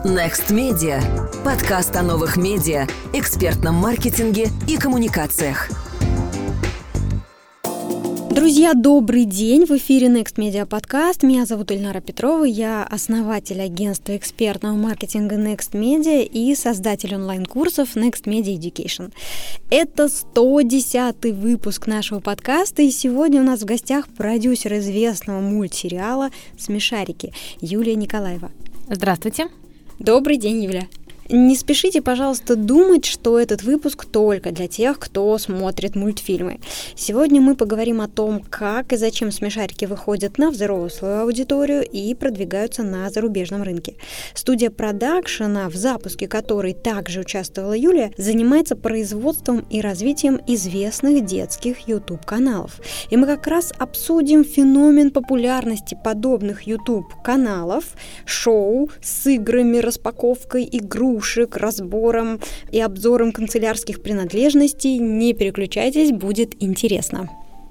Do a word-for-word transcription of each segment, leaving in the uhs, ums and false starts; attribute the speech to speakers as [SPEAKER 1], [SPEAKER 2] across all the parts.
[SPEAKER 1] Next Media. Подкаст о новых медиа, экспертном маркетинге и коммуникациях.
[SPEAKER 2] Друзья, добрый день! В эфире Next Media подкаст. Меня зовут Ильнара Петрова, я основатель агентства экспертного маркетинга Next Media и создатель онлайн-курсов Next Media Education. Это сто десятый выпуск нашего подкаста, и сегодня у нас в гостях продюсер известного мультсериала «Смешарики» Юлия Николаева.
[SPEAKER 3] Здравствуйте.
[SPEAKER 2] Добрый день, Юля. Не спешите, пожалуйста, думать, что этот выпуск только для тех, кто смотрит мультфильмы. Сегодня мы поговорим о том, как и зачем смешарики выходят на взрослую аудиторию и продвигаются на зарубежном рынке. Студия продакшена, в запуске которой также участвовала Юлия, занимается производством и развитием известных детских YouTube-каналов. И мы как раз обсудим феномен популярности подобных YouTube-каналов, шоу с играми, распаковкой игрушек, разбором и обзором канцелярских принадлежностей. Не переключайтесь, будет интересно.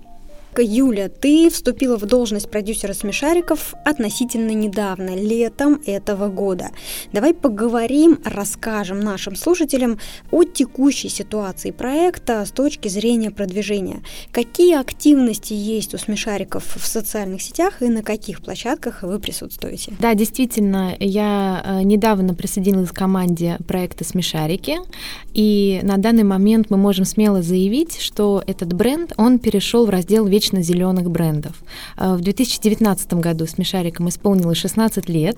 [SPEAKER 2] Юля, ты вступила в должность продюсера смешариков относительно недавно, летом этого года. Давай поговорим, расскажем нашим слушателям о текущей ситуации проекта с точки зрения продвижения. Какие активности есть у смешариков в социальных сетях и на каких площадках вы присутствуете?
[SPEAKER 3] Да, действительно, я недавно присоединилась к команде проекта «Смешарики», и на данный момент мы можем смело заявить, что этот бренд, он перешел в раздел «Вечно зеленых брендов». В две тысячи девятнадцатом году смешарикам исполнилось шестнадцать лет,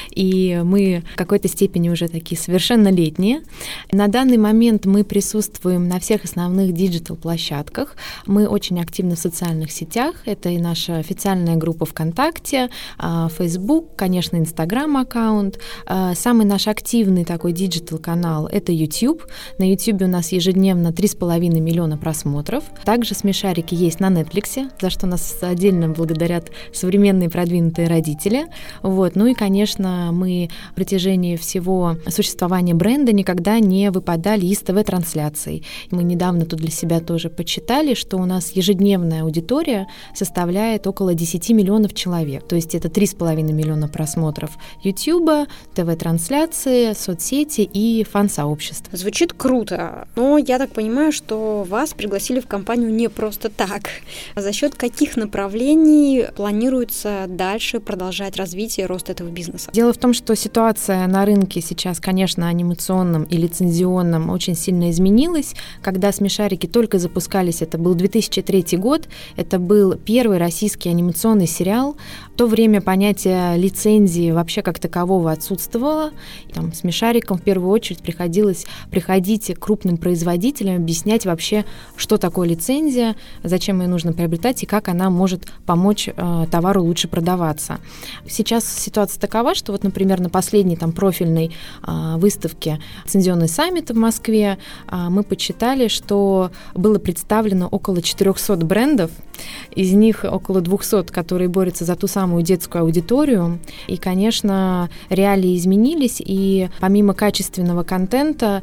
[SPEAKER 3] и мы в какой-то степени уже такие совершеннолетние. На данный момент мы присутствуем на всех основных диджитал-площадках. Мы очень активны в социальных сетях. Это и наша официальная группа ВКонтакте, Facebook, конечно, Instagram-аккаунт. Самый наш активный такой диджитал-канал — это YouTube. На YouTube у нас ежедневно три с половиной миллиона просмотров. Также смешарики есть на Netflix, за что нас отдельно благодарят современные продвинутые родители. Вот. Ну и, конечно, мы в протяжении всего существования бренда никогда не выпадали из ТВ-трансляций. Мы недавно тут для себя тоже подсчитали, что у нас ежедневная аудитория составляет около десять миллионов человек. То есть это три с половиной миллиона просмотров YouTube, ТВ-трансляции, соцсети и фан-сообщества.
[SPEAKER 2] Звучит круто, но я так понимаю, что вас пригласили в компанию не просто так. За счет каких направлений планируется дальше продолжать развитие и рост этого бизнеса?
[SPEAKER 3] Дело в том, что ситуация на рынке сейчас, конечно, анимационном и лицензионном очень сильно изменилась. Когда смешарики только запускались, это был две тысячи третий год, это был первый российский анимационный сериал. В то время понятие лицензии вообще как такового отсутствовало. Там, смешарикам в первую очередь приходилось приходить к крупным производителям, объяснять вообще, что такое лицензия, зачем ее нужно приобретать и как она может помочь э, товару лучше продаваться. Сейчас ситуация такова, что вот, например, на последней там профильной э, выставке лицензионный саммит в Москве э, мы подсчитали, что было представлено около четыреста брендов, из них около двести, которые борются за ту самую детскую аудиторию. И, конечно, реалии изменились, и помимо качественного контента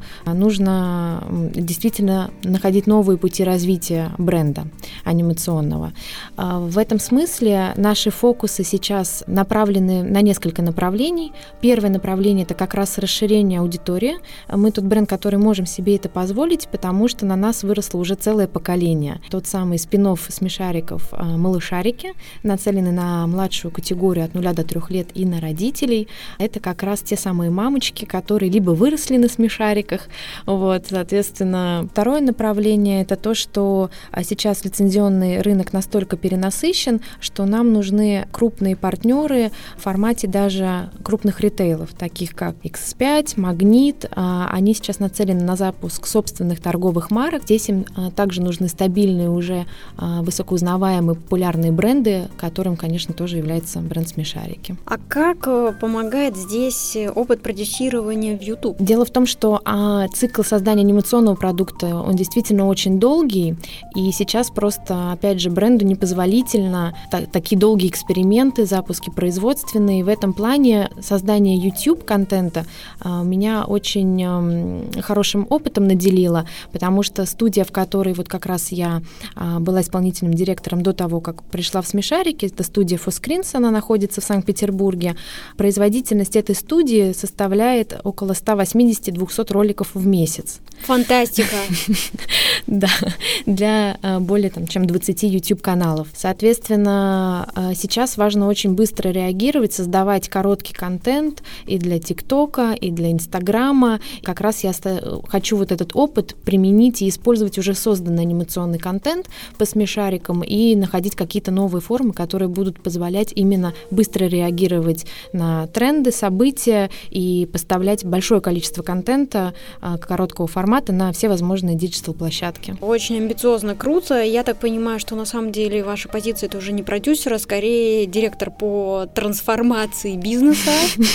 [SPEAKER 3] нужно действительно находить новые пути развития бренда анимационного. В этом смысле наши фокусы сейчас направлены на несколько направлений. Первое направление — это как раз расширение аудитории. Мы тот бренд, который можем себе это позволить, потому что на нас выросло уже целое поколение. Тот самый спин-офф смешариков «Малышарики», нацелены на младшую категорию от нуля до трех лет и на родителей. Это как раз те самые мамочки, которые либо выросли на смешариках. Вот, соответственно, второе направление — это то, что сейчас лицензионный рынок настолько перенасыщен, что нам нужны крупные партнеры в формате даже крупных ритейлов, таких как икс пять, Магнит. Они сейчас нацелены на запуск собственных торговых марок. Здесь им также нужны стабильные, уже высокоузнаваемые, популярные бренды, которым, конечно, тоже является бренд «Смешарики».
[SPEAKER 2] А как помогает здесь опыт продюсирования в YouTube?
[SPEAKER 3] Дело в том, что а, цикл создания анимационного продукта, он действительно очень долгий, и сейчас просто, опять опять же, бренду непозволительно та- такие долгие эксперименты, запуски производственные. В этом плане создание YouTube-контента а, меня очень а, хорошим опытом наделило, потому что студия, в которой вот как раз я а, была исполнительным директором до того, как пришла в «Смешарики», это студия Foskins, она находится в Санкт-Петербурге. Производительность этой студии составляет около сто восемьдесят - двести роликов в месяц.
[SPEAKER 2] Фантастика!
[SPEAKER 3] Да, для более там, чем двадцати YouTube-каналов. Соответственно, сейчас важно очень быстро реагировать, создавать короткий контент и для ТикТока, и для Инстаграма. Как раз я хочу вот этот опыт применить и использовать уже созданный анимационный контент по смешарикам и находить какие-то новые формы, которые будут позволять именно быстро реагировать на тренды, события и поставлять большое количество контента короткого формата на все возможные диджитал-площадки.
[SPEAKER 2] Очень амбициозно, круто. Я так понимаю, что на самом деле ваша позиция — это уже не продюсер, а скорее директор по трансформации бизнеса.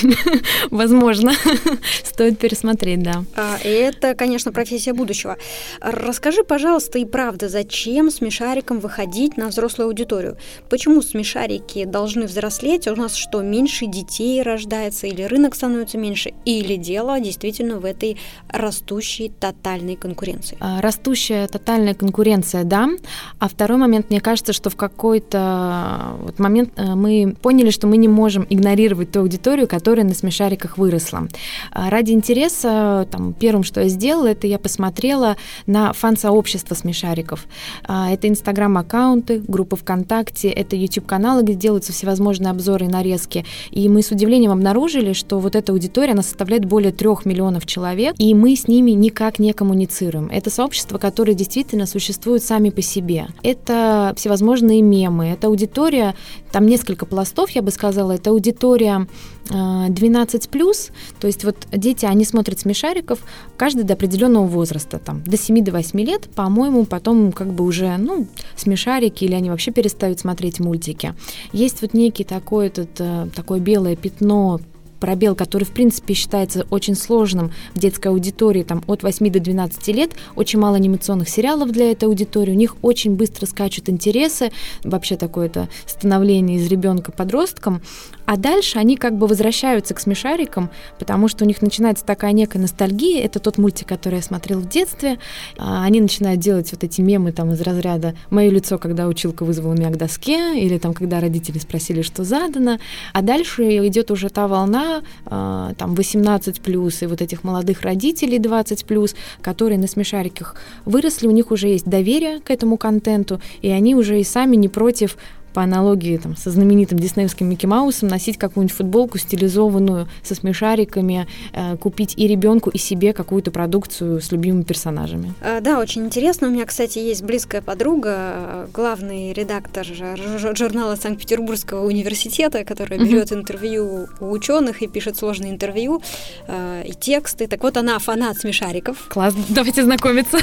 [SPEAKER 3] Возможно. Стоит пересмотреть, да.
[SPEAKER 2] Это, конечно, профессия будущего. Расскажи, пожалуйста, и правда, зачем смешарикам выходить на взрослую аудиторию? Почему смешарики должны взрослеть? У нас что, меньше детей рождается, или рынок становится меньше, или дело действительно в этой растущей тотальной конкуренции?
[SPEAKER 3] Растущая тотальная конкуренция, да. А второй момент, мне кажется, что в какой-то вот момент мы поняли, что мы не можем игнорировать ту аудиторию, которая на смешариках выросла. Ради интереса, там, первым, что я сделала, это я посмотрела на фан-сообщество смешариков. Это инстаграм-аккаунты, группы ВКонтакте, это YouTube-каналы, где делаются всевозможные обзоры и нарезки. И мы с удивлением обнаружили, что вот эта аудитория, она составляет более трех миллионов человек, и мы с ними никак не коммуницируем. Это сообщества, которые действительно существуют сами по себе. Это всевозможные мемы, это аудитория, там несколько пластов, я бы сказала, это аудитория двенадцать плюс, то есть вот дети, они смотрят смешариков, каждый до определенного возраста, там, до семи до восьми лет, по-моему, потом как бы уже, ну, смешарики, или они вообще перестают смотреть мультики. Есть вот некий такой, этот, такое белое пятно, пробел, который, в принципе, считается очень сложным в детской аудитории, там, от восьми до двенадцати лет, очень мало анимационных сериалов для этой аудитории, у них очень быстро скачут интересы, вообще такое-то становление из ребенка подростком, а дальше они как бы возвращаются к смешарикам, потому что у них начинается такая некая ностальгия, это тот мультик, который я смотрела в детстве, они начинают делать вот эти мемы там из разряда «Мое лицо, когда училка вызвала меня к доске», или там, когда родители спросили, что задано, а дальше идет уже та волна, там восемнадцать плюс, и вот этих молодых родителей двадцать плюс, которые на смешариках выросли, у них уже есть доверие к этому контенту, и они уже и сами не против, по аналогии там, со знаменитым диснеевским Микки Маусом, носить какую-нибудь футболку стилизованную со смешариками, э, купить и ребенку, и себе какую-то продукцию с любимыми персонажами.
[SPEAKER 2] А, да, очень интересно. У меня, кстати, есть близкая подруга, главный редактор журнала Санкт-Петербургского университета, которая берет mm-hmm. интервью у ученых и пишет сложные интервью э, и тексты. Так вот, она фанат смешариков.
[SPEAKER 3] Класс, давайте знакомиться.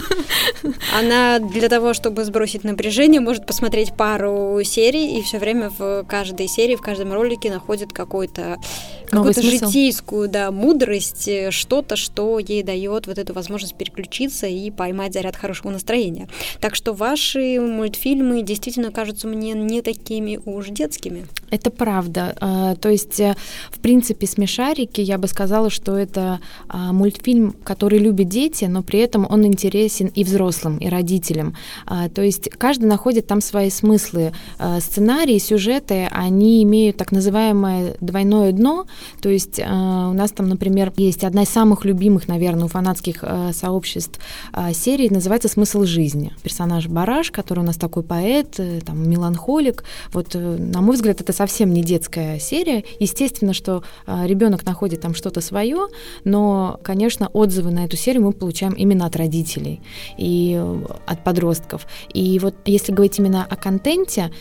[SPEAKER 2] Она для того, чтобы сбросить напряжение, может посмотреть пару серий, и все время в каждой серии, в каждом ролике находит какой-то, какую-то житейскую, да, мудрость, что-то, что ей дает вот эту возможность переключиться и поймать заряд хорошего настроения. Так что ваши мультфильмы действительно кажутся мне не такими уж детскими.
[SPEAKER 3] Это правда. То есть, в принципе, смешарики, я бы сказала, что это мультфильм, который любят дети, но при этом он интересен и взрослым, и родителям. То есть каждый находит там свои смыслы. Сценарии, сюжеты, они имеют так называемое двойное дно, то есть э, у нас там, например, есть одна из самых любимых, наверное, у фанатских э, сообществ э, серий, называется «Смысл жизни». Персонаж Бараш, который у нас такой поэт, э, там, меланхолик, вот, э, на мой взгляд, это совсем не детская серия. Естественно, что э, ребенок находит там что-то свое, но, конечно, отзывы на эту серию мы получаем именно от родителей и э, от подростков. И вот если говорить именно о контенте,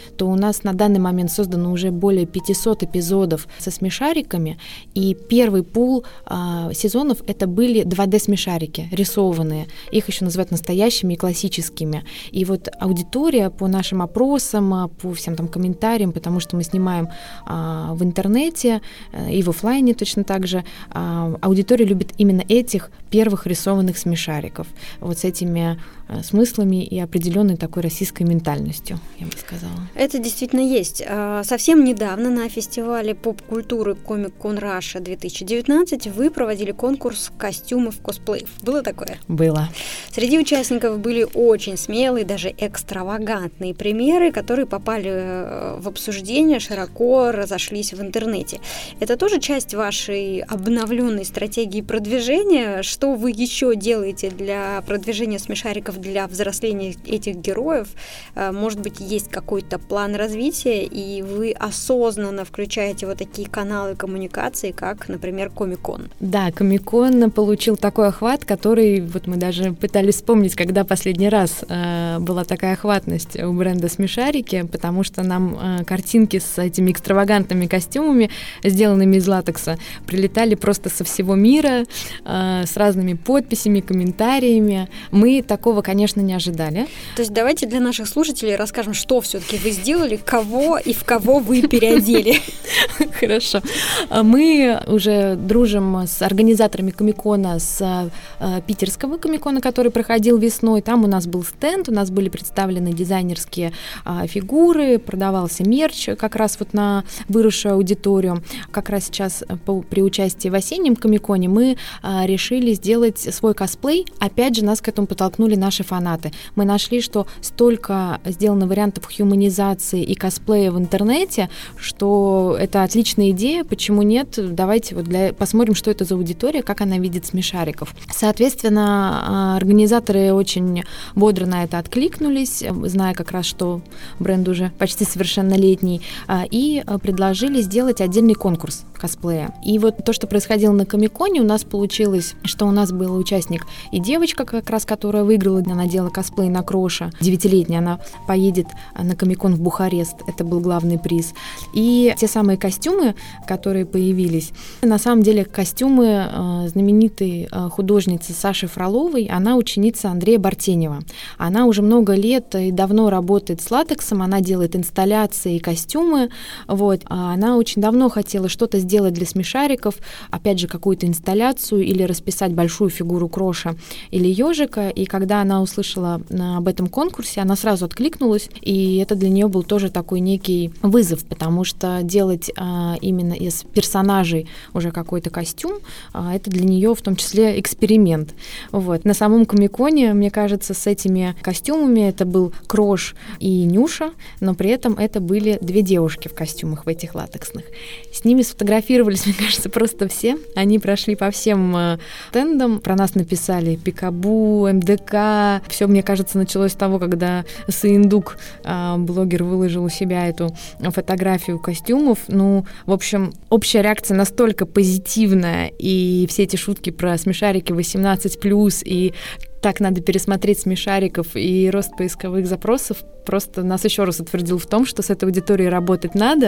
[SPEAKER 3] то у нас на данный момент создано уже более пятьсот эпизодов со смешариками, и первый пул а, сезонов это были два дэ-смешарики, рисованные. Их еще называют настоящими и классическими. И вот аудитория по нашим опросам, по всем там комментариям, потому что мы снимаем а, в интернете и в офлайне точно так же, а, аудитория любит именно этих первых рисованных смешариков. Вот с этими а, смыслами и определенной такой российской ментальностью, я бы сказала.
[SPEAKER 2] Это действительно есть. Совсем недавно на фестивале поп-культуры Comic-Con Russia две тысячи девятнадцать вы проводили конкурс костюмов, косплеев. Было такое?
[SPEAKER 3] Было.
[SPEAKER 2] Среди участников были очень смелые, даже экстравагантные примеры, которые попали в обсуждение, широко разошлись в интернете. Это тоже часть вашей обновленной стратегии продвижения? Что вы еще делаете для продвижения смешариков, для взросления этих героев? Может быть, есть какой-то план развития, и вы осознанно включаете вот такие каналы коммуникации, как, например, Comic-Con?
[SPEAKER 3] Да, Comic-Con получил такой охват, который, вот мы даже пытались вспомнить, когда последний раз э, была такая охватность у бренда смешарики, потому что нам э, картинки с этими экстравагантными костюмами, сделанными из латекса, прилетали просто со всего мира, э, с разными подписями, комментариями. Мы такого, конечно, не ожидали.
[SPEAKER 2] То есть давайте для наших слушателей расскажем, что все-таки вы сделали, кого и в кого вы переодели.
[SPEAKER 3] Хорошо. Мы уже дружим с организаторами Комикона, с э, питерского Комикона, который проходил весной. Там у нас был стенд, у нас были представлены дизайнерские э, фигуры, продавался мерч как раз вот на выросшую аудиторию. Как раз сейчас по, при участии в осеннем Комиконе мы э, решили сделать свой косплей. Опять же, нас к этому подтолкнули наши фанаты. Мы нашли, что столько сделано вариантов хьюманизации и косплея в интернете, что это отличная идея. Почему нет? Давайте вот для... посмотрим, что это за аудитория, как она видит смешариков. Соответственно, организаторы очень бодро на это откликнулись, зная как раз, что бренд уже почти совершеннолетний, и предложили сделать отдельный конкурс косплея. И вот то, что происходило на Комиконе, у нас получилось, что у нас был участник и девочка, как раз, которая выиграла, она надела косплей на Кроша, девятилетняя, она поедет на Комикон в Бухарест, это был главный приз. И те самые костюмы, которые появились, на самом деле костюмы э, знаменитой э, художницы Саши Фроловой, она ученица Андрея Бартенева. Она уже много лет и давно работает с латексом, она делает инсталляции и костюмы, вот. А она очень давно хотела что-то сделать для смешариков, опять же, какую-то инсталляцию или расписать большую фигуру Кроша или ежика, и когда она услышала об этом конкурсе, она сразу откликнулась, и это для нее был тоже такой некий вызов, потому что делать а, именно из персонажей уже какой-то костюм, а, это для нее в том числе эксперимент. Вот. На самом Комиконе, мне кажется, с этими костюмами это был Крош и Нюша, но при этом это были две девушки в костюмах в этих латексных. С ними сфотографировались, мне кажется, просто все. Они прошли по всем э, стендам, про нас написали Пикабу, эм дэ ка. Все, мне кажется, началось с того, когда Саиндук, э, блогер, выложил у себя эту фотографию костюмов. Ну, в общем, общая реакция настолько позитивная, и все эти шутки про смешарики восемнадцать плюс, и так надо пересмотреть смешариков, и рост поисковых запросов просто нас еще раз утвердил в том, что с этой аудиторией работать надо,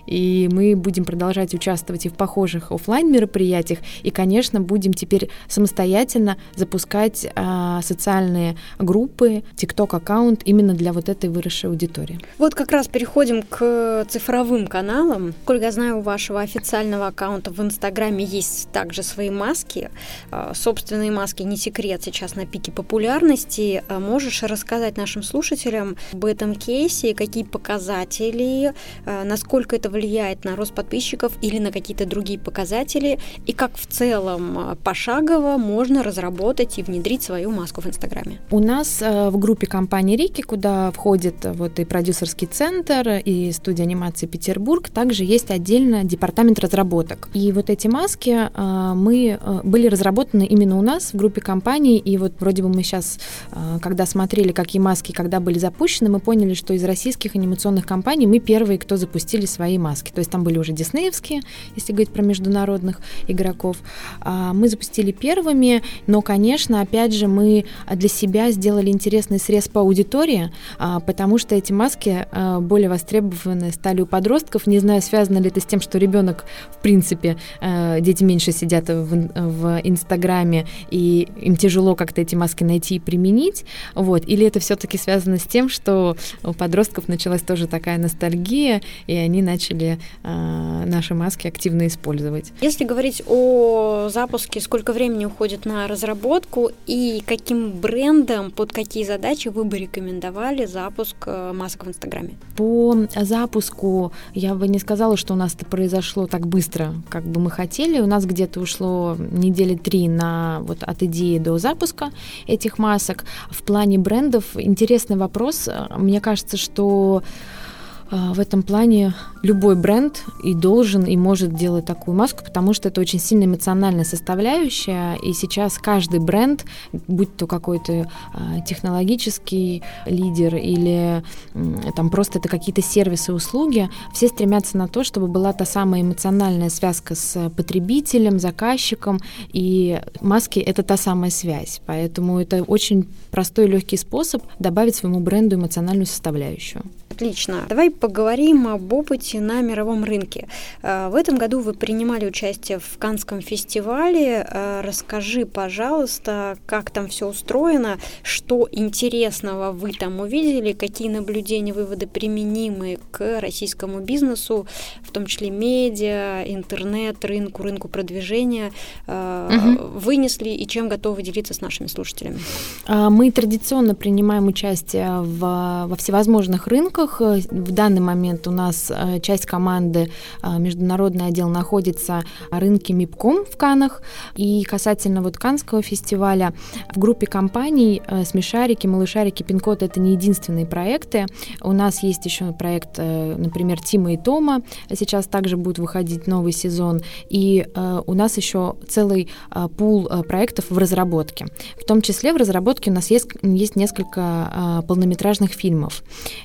[SPEAKER 3] и мы будем продолжать участвовать и в похожих офлайн мероприятиях, и, конечно, будем теперь самостоятельно запускать а, социальные группы, TikTok-аккаунт именно для вот этой выросшей аудитории.
[SPEAKER 2] Вот как раз переходим к цифровым каналам. Сколько я знаю, у вашего официального аккаунта в Инстаграме есть также свои маски. Собственные маски не секрет сейчас на пике популярности. Можешь рассказать нашим слушателям об этом кейсе, какие показатели, насколько это влияет на рост подписчиков или на какие-то другие показатели, и как в целом пошагово можно разработать и внедрить свою маску в Инстаграме?
[SPEAKER 3] У нас в группе компании Рики, куда входит вот и продюсерский центр, и студия анимации Петербург, также есть отдельно департамент разработок. И вот эти маски мы были разработаны именно у нас в группе компаний, и вот вроде бы мы сейчас, когда смотрели, какие маски когда были запущены, мы поняли, что из российских анимационных компаний мы первые, кто запустили свои маски. То есть там были уже диснеевские, если говорить про международных игроков. Мы запустили первыми, но, конечно, опять же, мы для себя сделали интересный срез по аудитории, потому что эти маски более востребованы стали у подростков. Не знаю, связано ли это с тем, что ребенок, в принципе, дети меньше сидят в, в Инстаграме, и им тяжело как-то эти маски найти и применить, вот, или это все-таки связано с тем, что у подростков началась тоже такая ностальгия, и они начали э, наши маски активно использовать.
[SPEAKER 2] Если говорить о запуске, сколько времени уходит на разработку и каким брендам, под какие задачи вы бы рекомендовали запуск масок в Инстаграме?
[SPEAKER 3] По запуску я бы не сказала, что у нас это произошло так быстро, как бы мы хотели. У нас где-то ушло недели три на, вот, от идеи до запуска этих масок. В плане брендов интересный вопрос. Мне кажется, что в этом плане любой бренд и должен, и может делать такую маску, потому что это очень сильно эмоциональная составляющая, и сейчас каждый бренд, будь то какой-то технологический лидер или там просто это какие-то сервисы, услуги, все стремятся на то, чтобы была та самая эмоциональная связка с потребителем, заказчиком, и маски — это та самая связь, поэтому это очень простой и легкий способ добавить своему бренду эмоциональную составляющую.
[SPEAKER 2] Отлично. Давай поговорим об опыте на мировом рынке. В этом году вы принимали участие в Каннском фестивале. Расскажи, пожалуйста, как там все устроено, что интересного вы там увидели, какие наблюдения, выводы применимы к российскому бизнесу, в том числе медиа, интернет, рынку, рынку продвижения, угу. вынесли и чем готовы делиться с нашими слушателями?
[SPEAKER 3] Мы традиционно принимаем участие в, во всевозможных рынках. В данный момент у нас часть команды, международный отдел, находится на рынке Мипком в Каннах. И касательно вот Каннского фестиваля, в группе компаний «Смешарики», «Малышарики», «Пин-код» — это не единственные проекты. У нас есть еще проект, например, «Тима и Тома». Сейчас также будет выходить новый сезон. И у нас еще целый пул проектов в разработке. В том числе в разработке у нас есть, есть несколько полнометражных фильмов.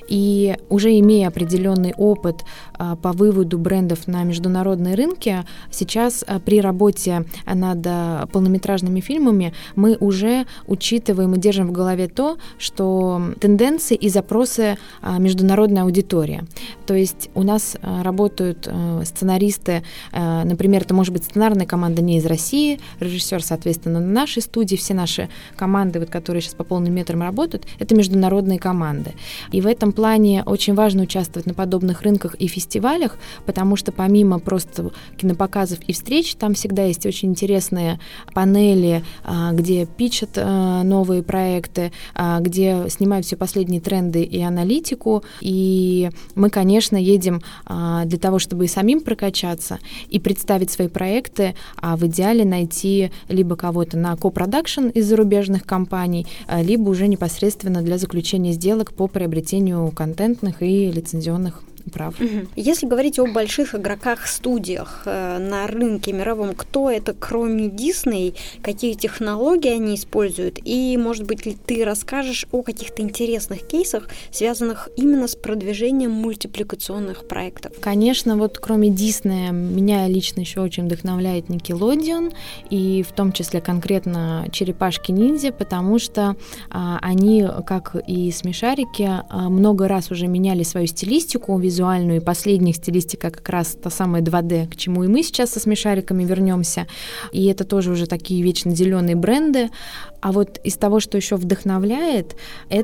[SPEAKER 3] И уже имея определенный опыт а, по выводу брендов на международные рынки, сейчас а, при работе над а, полнометражными фильмами мы уже учитываем и держим в голове то, что тенденции и запросы а, международной аудитории. То есть у нас а, работают а, сценаристы, а, например, это может быть сценарная команда не из России, режиссер, соответственно, на нашей студии, все наши команды, вот, которые сейчас по полным метрам работают, это международные команды. И в этом плане очень важно участвовать на подобных рынках и фестивалях, потому что помимо просто кинопоказов и встреч, там всегда есть очень интересные панели, где питчат новые проекты, где снимают все последние тренды и аналитику. И мы, конечно, едем для того, чтобы и самим прокачаться, и представить свои проекты, а в идеале найти либо кого-то на копродакшн из зарубежных компаний, либо уже непосредственно для заключения сделок по приобретению контента и лицензионных прав.
[SPEAKER 2] Если говорить о больших игроках-студиях э, на рынке мировом, кто это, кроме Disney, какие технологии они используют, и, может быть, ли ты расскажешь о каких-то интересных кейсах, связанных именно с продвижением мультипликационных проектов?
[SPEAKER 3] Конечно, вот кроме Disney, меня лично еще очень вдохновляет Nickelodeon, и в том числе конкретно Черепашки-ниндзя, потому что а, они, как и Смешарики, а, много раз уже меняли свою стилистику, визуальную, и последних стилистика как раз та самая два дэ, к чему и мы сейчас со Смешариками вернемся. И это тоже уже такие вечно зеленые бренды. А вот из того, что еще вдохновляет,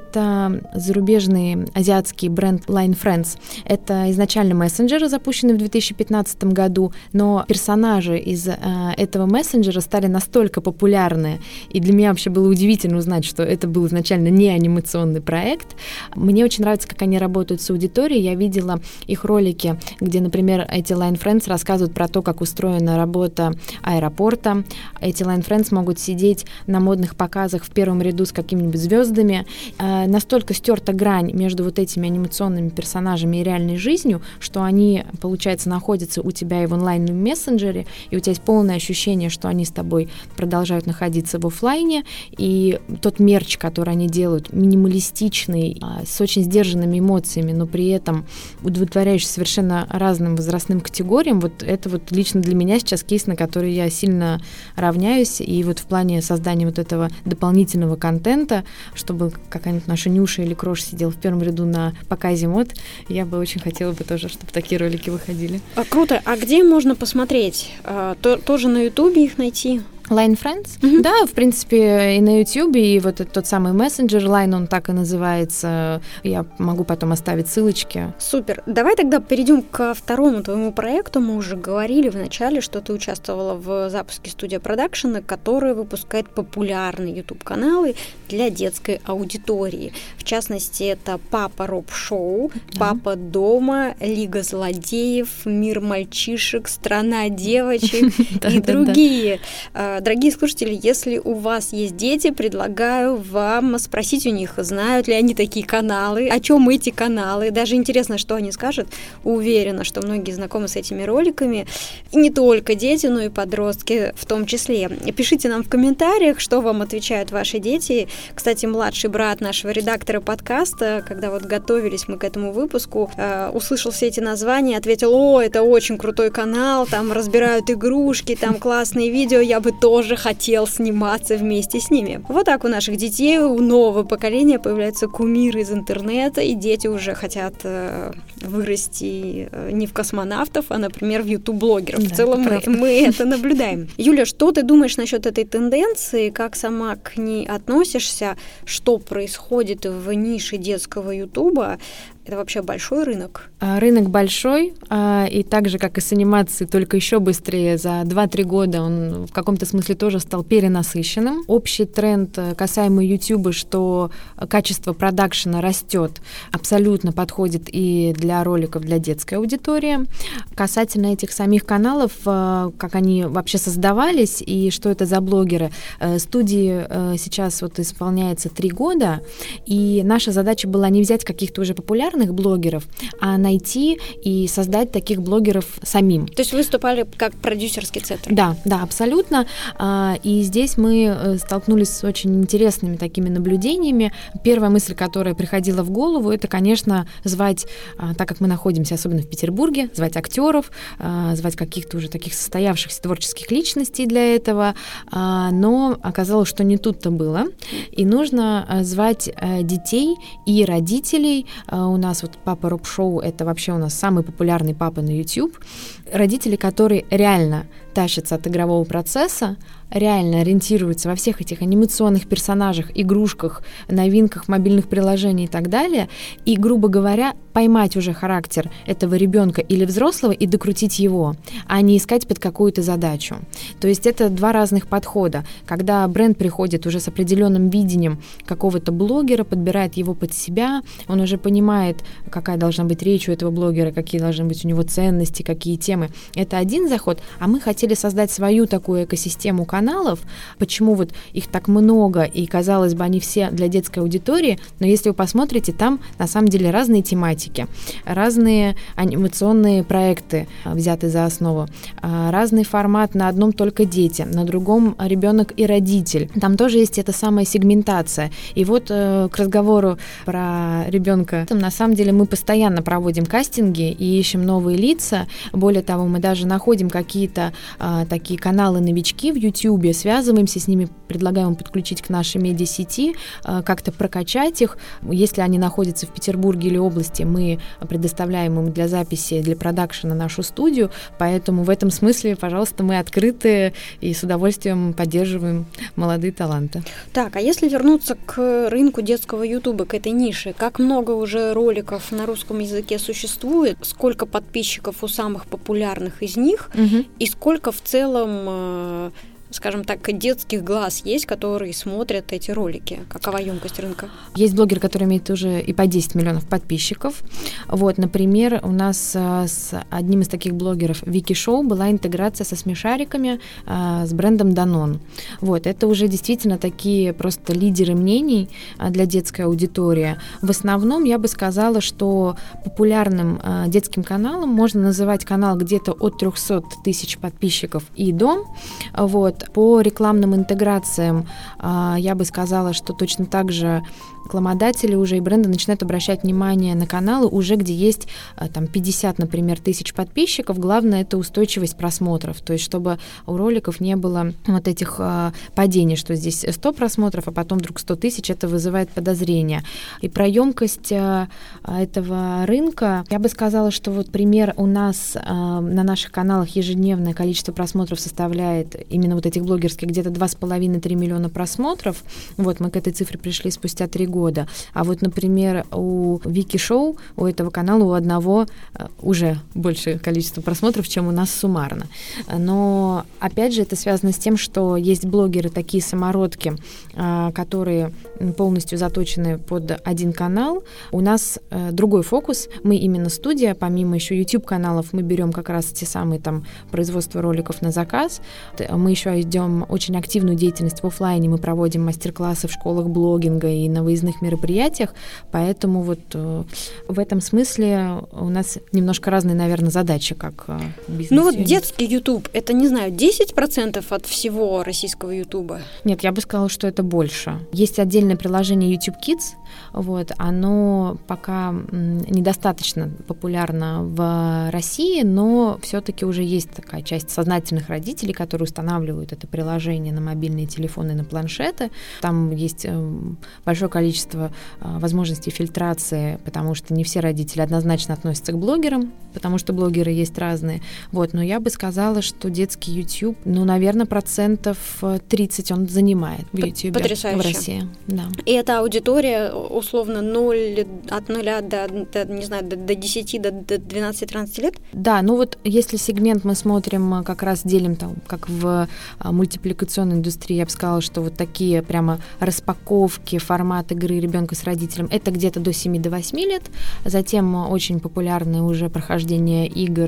[SPEAKER 3] это зарубежный азиатский бренд Line Friends. Это изначально мессенджер, запущенный в две тысячи пятнадцатом году, но персонажи из э, этого мессенджера стали настолько популярны, и для меня вообще было удивительно узнать, что это был изначально не анимационный проект. Мне очень нравится, как они работают с аудиторией. Я видела что их ролики, где, например, эти Line Friends рассказывают про то, как устроена работа аэропорта. Эти Line Friends могут сидеть на модных показах в первом ряду с какими-нибудь звездами. Э, настолько стерта грань между вот этими анимационными персонажами и реальной жизнью, что они, получается, находятся у тебя и в онлайновом мессенджере, и у тебя есть полное ощущение, что они с тобой продолжают находиться в офлайне, и тот мерч, который они делают, минималистичный, э, с очень сдержанными эмоциями, но при этом удовлетворяющий совершенно разным возрастным категориям, вот это вот лично для меня сейчас кейс, на который я сильно равняюсь, и вот в плане создания вот этого дополнительного контента, чтобы какая-нибудь наша Нюша или Крош сидел в первом ряду на показе мод, я бы очень хотела бы тоже, чтобы такие ролики выходили.
[SPEAKER 2] А, круто. А где можно посмотреть? А, то, тоже на Ютубе их найти?
[SPEAKER 3] Line Friends?
[SPEAKER 2] Mm-hmm.
[SPEAKER 3] Да, в принципе, и на YouTube, и вот этот тот самый мессенджер Line, он так и называется. Я могу потом оставить ссылочки.
[SPEAKER 2] Супер. Давай тогда перейдем ко второму твоему проекту. Мы уже говорили в начале, что ты участвовала в запуске студия продакшена, которая выпускает популярные YouTube-каналы для детской аудитории. В частности, это «Папа Роб Шоу», да. «Папа дома», «Лига злодеев», «Мир мальчишек», «Страна девочек» и другие. Дорогие слушатели, если у вас есть дети, предлагаю вам спросить у них, знают ли они такие каналы, о чем эти каналы. Даже интересно, что они скажут. Уверена, что многие знакомы с этими роликами. И не только дети, но и подростки в том числе. Пишите нам в комментариях, что вам отвечают ваши дети. Кстати, младший брат нашего редактора подкаста, когда вот готовились мы к этому выпуску, услышал все эти названия, ответил: о, это очень крутой канал, там разбирают игрушки, там классные видео, я бы тоже тоже хотел сниматься вместе с ними. Вот так у наших детей, у нового поколения появляются кумиры из интернета, и дети уже хотят э, вырасти э, не в космонавтов, а, например, в ютуб-блогеров. Да, в целом мы, мы это наблюдаем. Юля, что ты думаешь насчет этой тенденции? Как сама к ней относишься? Что происходит в нише детского ютуба? Это вообще большой рынок?
[SPEAKER 3] Рынок большой, и так же, как и с анимацией, только еще быстрее. За два-три года он в каком-то смысле тоже стал перенасыщенным. Общий тренд касаемо YouTube, что качество продакшена растет, абсолютно подходит и для роликов для детской аудитории. Касательно этих самих каналов, как они вообще создавались и что это за блогеры, студии сейчас вот исполняется три года, и наша задача была не взять каких-то уже популярных блогеров, а найти и создать таких блогеров самим.
[SPEAKER 2] То есть выступали как продюсерский центр?
[SPEAKER 3] Да, да, абсолютно. И здесь мы столкнулись с очень интересными такими наблюдениями. Первая мысль, которая приходила в голову, это, конечно, звать, так как мы находимся особенно в Петербурге, звать актеров, звать каких-то уже таких состоявшихся творческих личностей для этого, но оказалось, что не тут-то было. И нужно звать детей и родителей. У нас вот «Папа Роб Шоу» — это вообще у нас самый популярный папа на YouTube. Родители, которые реально тащатся от игрового процесса, реально ориентируются во всех этих анимационных персонажах, игрушках, новинках мобильных приложений и так далее, и, грубо говоря, поймать уже характер этого ребенка или взрослого и докрутить его, а не искать под какую-то задачу. То есть это два разных подхода. Когда бренд приходит уже с определенным видением какого-то блогера, подбирает его под себя, он уже понимает, какая должна быть речь у этого блогера, какие должны быть у него ценности, какие темы. Это один заход, а мы хотели создать свою такую экосистему каналов. Почему вот их так много, и, казалось бы, они все для детской аудитории, но если вы посмотрите, там на самом деле разные тематики, разные анимационные проекты взяты за основу, разный формат: на одном только дети, на другом ребенок и родитель. Там тоже есть эта самая сегментация. И вот к разговору про ребенка, там на самом деле мы постоянно проводим кастинги и ищем новые лица. Более того, мы даже находим какие-то а, такие каналы-новички в YouTube, связываемся с ними, предлагаем подключить к нашей медиасети, а, как-то прокачать их. Если они находятся в Петербурге или области, мы предоставляем им для записи, для продакшена нашу студию, поэтому в этом смысле, пожалуйста, мы открыты и с удовольствием поддерживаем молодые таланты.
[SPEAKER 2] Так, а если вернуться к рынку детского YouTube, к этой нише, как много уже роликов на русском языке существует, сколько подписчиков у самых популярных из них, угу. и сколько в целом скажем так, детских глаз есть, которые смотрят эти ролики? Какова емкость рынка?
[SPEAKER 3] Есть блогеры, которые имеют уже и по десять миллионов подписчиков. Вот, например, у нас с одним из таких блогеров Вики Шоу была интеграция со смешариками, с брендом Danone. Вот, это уже действительно такие просто лидеры мнений для детской аудитории. В основном я бы сказала, что популярным детским каналом можно называть канал где-то от триста тысяч подписчиков и до. Вот. По рекламным интеграциям я бы сказала, что точно так же рекламодатели уже и бренды начинают обращать внимание на каналы уже, где есть там пятьдесят, например, тысяч подписчиков. Главное — это устойчивость просмотров, то есть чтобы у роликов не было вот этих а, падений, что здесь сто просмотров, а потом вдруг сто тысяч, это вызывает подозрения. И про емкость а, этого рынка я бы сказала, что вот пример у нас а, на наших каналах ежедневное количество просмотров составляет именно вот этих блогерских где-то два с половиной - три миллиона просмотров. Вот мы к этой цифре пришли спустя три года. А вот, например, у Вики Шоу, у этого канала, у одного уже большее количество просмотров, чем у нас суммарно. Но, опять же, это связано с тем, что есть блогеры, такие самородки, которые полностью заточены под один канал. У нас другой фокус. Мы именно студия, помимо еще YouTube-каналов, мы берем как раз те самые там производства роликов на заказ. Мы еще ведем очень активную деятельность в офлайне. Мы проводим мастер-классы в школах блогинга и на выездных мероприятиях, поэтому вот э, в этом смысле у нас немножко разные, наверное, задачи, как э, бизнес.
[SPEAKER 2] Ну вот детский YouTube, это, не знаю, десять процентов от всего российского YouTube?
[SPEAKER 3] Нет, я бы сказала, что это больше. Есть отдельное приложение YouTube Kids, вот, оно пока м, недостаточно популярно в России, но все-таки уже есть такая часть сознательных родителей, которые устанавливают это приложение на мобильные телефоны, на планшеты. Там есть э, большое количество возможностей фильтрации, потому что не все родители однозначно относятся к блогерам, потому что блогеры есть разные. Вот, но я бы сказала, что детский YouTube, ну, наверное, процентов тридцать он занимает в YouTube в России. Да.
[SPEAKER 2] И эта аудитория условно ноль, от нуля до, до, не знаю, до, до десяти, до, до двенадцати-тринадцати лет?
[SPEAKER 3] Да, ну вот если сегмент мы смотрим, как раз делим там, как в мультипликационной индустрии, я бы сказала, что вот такие прямо распаковки, формат игры ребенка с родителем, это где-то до семи-восьми лет. Затем очень популярное уже прохождение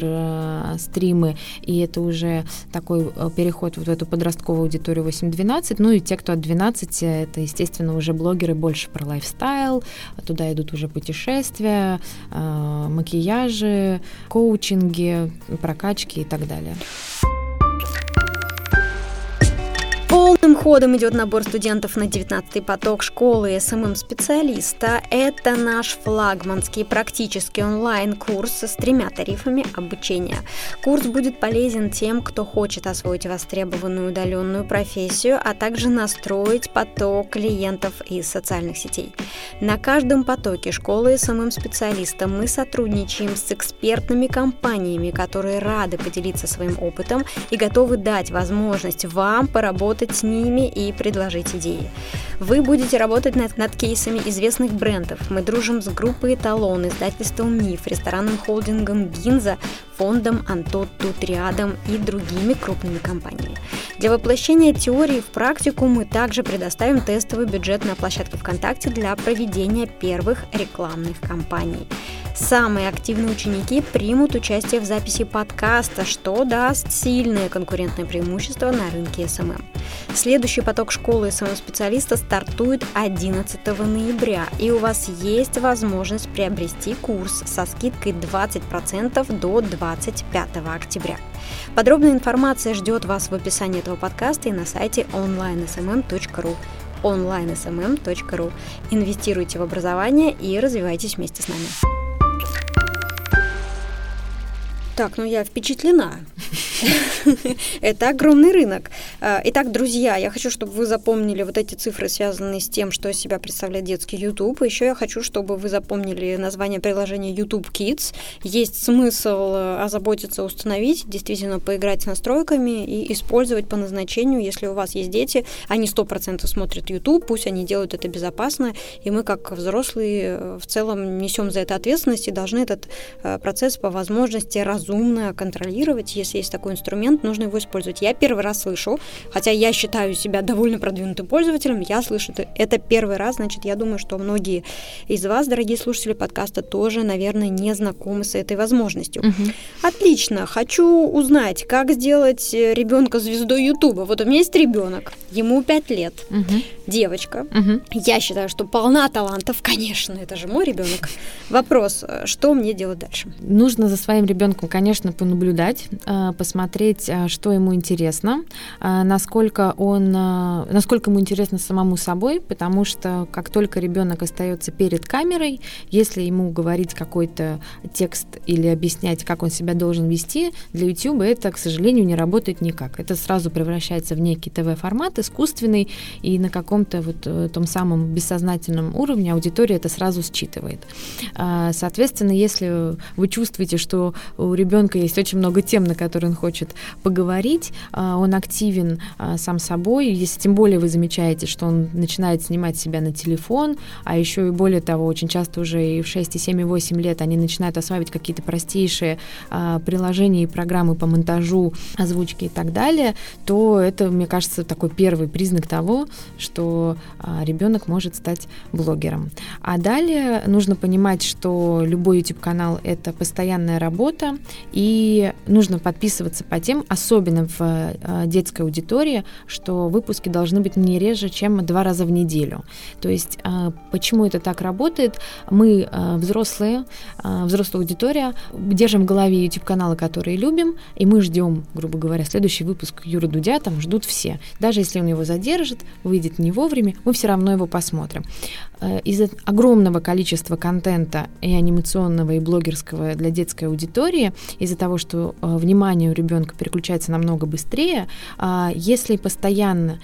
[SPEAKER 3] игр, стримы, и это уже такой переход вот в эту подростковую аудиторию восемь-двенадцать. Ну и те, кто от двенадцати, это, естественно, уже блогеры больше про лайфстайл, туда идут уже путешествия, макияжи, коучинги, прокачки и так далее.
[SPEAKER 2] Полным ходом идет набор студентов на девятнадцатый поток школы эс эм эм-специалиста. Это наш флагманский практический онлайн-курс с тремя тарифами обучения. Курс будет полезен тем, кто хочет освоить востребованную удаленную профессию, а также настроить поток клиентов из социальных сетей. На каждом потоке школы эс эм эм-специалиста мы сотрудничаем с экспертными компаниями, которые рады поделиться своим опытом и готовы дать возможность вам поработать с ними и предложить идеи. Вы будете работать над, над кейсами известных брендов. Мы дружим с группой «Эталон», издательством «Миф», ресторанным холдингом «Гинза», фондом «Антотту», «Триадом» и другими крупными компаниями. Для воплощения теории в практику мы также предоставим тестовый бюджет на площадке ВКонтакте для проведения первых рекламных кампаний. Самые активные ученики примут участие в записи подкаста, что даст сильное конкурентное преимущество на рынке эс эм эм. Следующий поток школы эс эм эм-специалиста стартует одиннадцатого ноября, и у вас есть возможность приобрести курс со скидкой двадцать процентов до двадцать пятого октября. Подробная информация ждет вас в описании этого подкаста и на сайте онлайн эс эм эм точка ру. онлайн эс эм эм точка ру. Инвестируйте в образование и развивайтесь вместе с нами. Так, ну я впечатлена. Это огромный рынок. Итак, друзья, я хочу, чтобы вы запомнили вот эти цифры, связанные с тем, что из себя представляет детский YouTube. Еще я хочу, чтобы вы запомнили название приложения YouTube Kids. Есть смысл озаботиться, установить, действительно поиграть с настройками и использовать по назначению, если у вас есть дети. Они сто процентов смотрят YouTube, пусть они делают это безопасно, и мы, как взрослые, в целом несем за это ответственность и должны этот процесс по возможности разумно разумно контролировать. Если есть такой инструмент, нужно его использовать. Я первый раз слышу, хотя я считаю себя довольно продвинутым пользователем, я слышу это первый раз, значит, я думаю, что многие из вас, дорогие слушатели подкаста, тоже, наверное, не знакомы с этой возможностью. Угу. Отлично. Хочу узнать, как сделать ребенка звездой Ютуба. Вот у меня есть ребенок, ему пять лет, угу. девочка. Угу. Я считаю, что полна талантов, конечно, это же мой ребенок. Вопрос, что мне делать дальше?
[SPEAKER 3] Нужно за своим ребенком, конечно, понаблюдать, посмотреть, что ему интересно, насколько он, насколько ему интересно самому собой, потому что как только ребенок остается перед камерой, если ему говорить какой-то текст или объяснять, как он себя должен вести, для YouTube это, к сожалению, не работает никак. Это сразу превращается в некий ТВ-формат искусственный, и на каком-то вот том самом бессознательном уровне аудитория это сразу считывает. Соответственно, если вы чувствуете, что у ребенка есть очень много тем, на которые он хочет поговорить, он активен сам собой, если тем более вы замечаете, что он начинает снимать себя на телефон, а еще и более того, очень часто уже и в шесть, семь, восемь лет они начинают осваивать какие-то простейшие приложения и программы по монтажу, озвучке и так далее, то это, мне кажется, такой первый признак того, что ребенок может стать блогером. А далее нужно понимать, что любой YouTube-канал — это постоянная работа, и нужно подписываться по тем, особенно в детской аудитории, что выпуски должны быть не реже, чем два раза в неделю. То есть почему это так работает? Мы взрослые, взрослая аудитория, держим в голове YouTube-каналы, которые любим, и мы ждем, грубо говоря, следующий выпуск Юры Дудя, там ждут все. Даже если он его задержит, выйдет не вовремя, мы все равно его посмотрим. Из-за огромного количества контента и анимационного, и блогерского для детской аудитории, из-за того, что внимание у ребенка переключается намного быстрее, если постоянно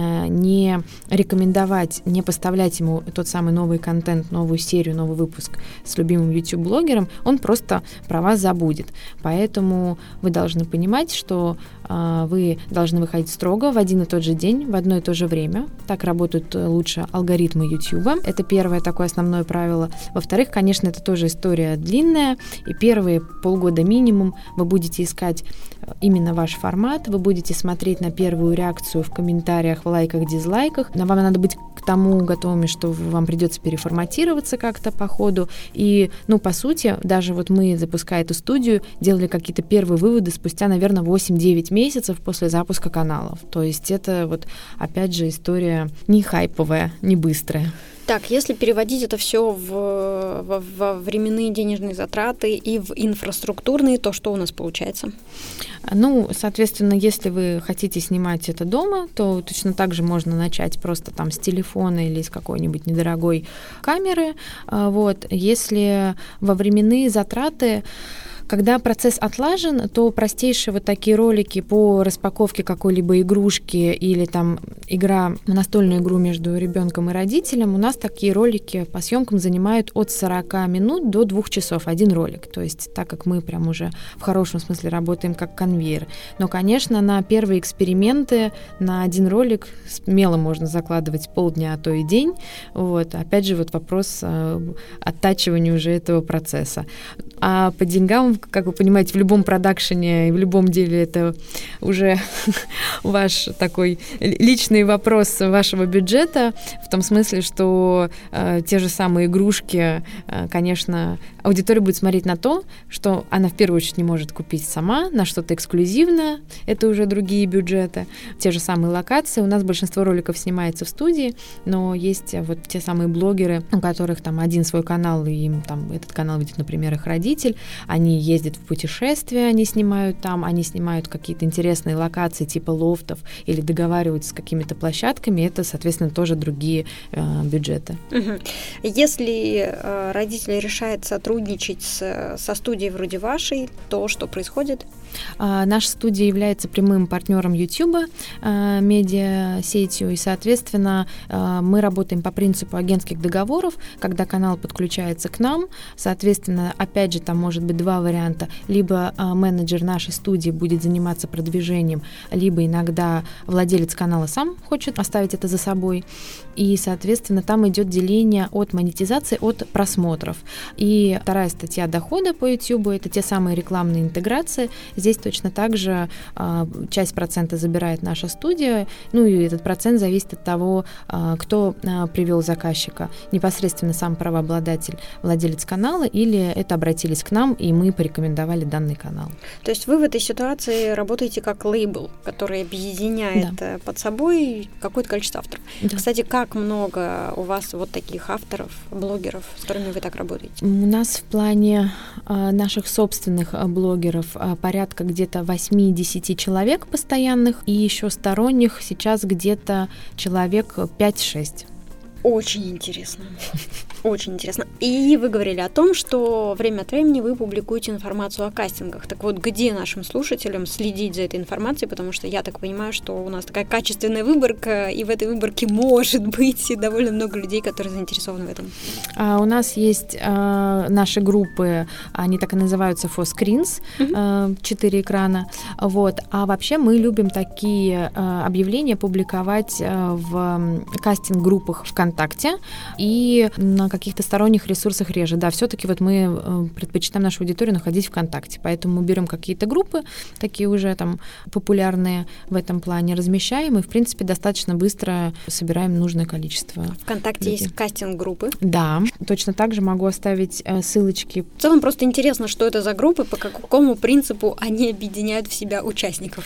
[SPEAKER 3] не рекомендовать, не поставлять ему тот самый новый контент, новую серию, новый выпуск с любимым YouTube-блогером, он просто про вас забудет. Поэтому вы должны понимать, что вы должны выходить строго в один и тот же день, в одно и то же время. Так работают лучше алгоритмы YouTube. Это первое такое основное правило. Во-вторых, конечно, это тоже история длинная, и первые полгода минимум вы будете искать именно ваш формат, вы будете смотреть на первую реакцию в комментариях, в лайках, дизлайках. Но вам надо быть к тому готовыми, что вам придется переформатироваться как-то по ходу. И, ну, по сути, даже вот мы, запуская эту студию, делали какие-то первые выводы спустя, наверное, восемь-девять месяцев после запуска каналов. То есть это вот, опять же, история не хайповая, не быстрая.
[SPEAKER 2] Так, если переводить это все в, в, во временные денежные затраты и в инфраструктурные, то что у нас получается?
[SPEAKER 3] Ну, соответственно, если вы хотите снимать это дома, то точно так же можно начать просто там с телефона или с какой-нибудь недорогой камеры. Вот. Если во временные затраты, когда процесс отлажен, то простейшие вот такие ролики по распаковке какой-либо игрушки или там игра, настольную игру между ребенком и родителем, у нас такие ролики по съемкам занимают от сорок минут до двух часов один ролик. То есть так как мы прям уже в хорошем смысле работаем как конвейер. Но, конечно, на первые эксперименты на один ролик смело можно закладывать полдня, а то и день. Вот. Опять же, вот вопрос э, оттачивания уже этого процесса. А по деньгам, как вы понимаете, в любом продакшене и в любом деле это уже ваш такой личный вопрос вашего бюджета, в том смысле, что э, те же самые игрушки, э, конечно, аудитория будет смотреть на то, что она в первую очередь не может купить сама, на что-то эксклюзивное, это уже другие бюджеты, те же самые локации. У нас большинство роликов снимается в студии, но есть вот те самые блогеры, у которых там один свой канал, и им там этот канал видит, например, их родитель, они ездят в путешествия, они снимают там, они снимают какие-то интересные локации типа лофтов или договариваются с какими-то площадками, это, соответственно, тоже другие э, бюджеты.
[SPEAKER 2] Угу. Если э, родители решают сотрудничать с, со студией вроде вашей, то что происходит?
[SPEAKER 3] Наша студия является прямым партнером YouTube, медиасетью, и, соответственно, мы работаем по принципу агентских договоров, когда канал подключается к нам. Соответственно, опять же, там может быть два варианта. Либо менеджер нашей студии будет заниматься продвижением, либо иногда владелец канала сам хочет оставить это за собой. И, соответственно, там идет деление от монетизации, от просмотров. И вторая статья дохода по YouTube — это те самые рекламные интеграции. Здесь точно так же а, часть процента забирает наша студия, ну и этот процент зависит от того, а, кто а, привел заказчика, непосредственно сам правообладатель, владелец канала, или это обратились к нам, и мы порекомендовали данный канал.
[SPEAKER 2] То есть вы в этой ситуации работаете как лейбл, который объединяет да. под собой какое-то количество авторов. Да. Кстати, как много у вас вот таких авторов, блогеров, с которыми вы так работаете?
[SPEAKER 3] У нас в плане а, наших собственных а, блогеров а, порядка где-то восемь-десять человек постоянных, и еще сторонних сейчас где-то человек пять-шесть.
[SPEAKER 2] Очень интересно. Очень интересно. И вы говорили о том, что время от времени вы публикуете информацию о кастингах. Так вот, где нашим слушателям следить за этой информацией? Потому что я так понимаю, что у нас такая качественная выборка, и в этой выборке может быть довольно много людей, которые заинтересованы в этом.
[SPEAKER 3] А, у нас есть а, наши группы, они так и называются фо-скринс, четыре экрана. Вот. А вообще мы любим такие а, объявления публиковать а, в кастинг-группах ВКонтакте и на каких-то сторонних ресурсах реже. Да, все-таки вот мы предпочитаем нашу аудиторию находить ВКонтакте, поэтому мы берем какие-то группы, такие уже там популярные в этом плане, размещаем и, в принципе, достаточно быстро собираем нужное количество.
[SPEAKER 2] ВКонтакте людей. Есть кастинг-группы?
[SPEAKER 3] Да, точно так же могу оставить ссылочки.
[SPEAKER 2] В целом просто интересно, что это за группы, по какому принципу они объединяют в себя участников?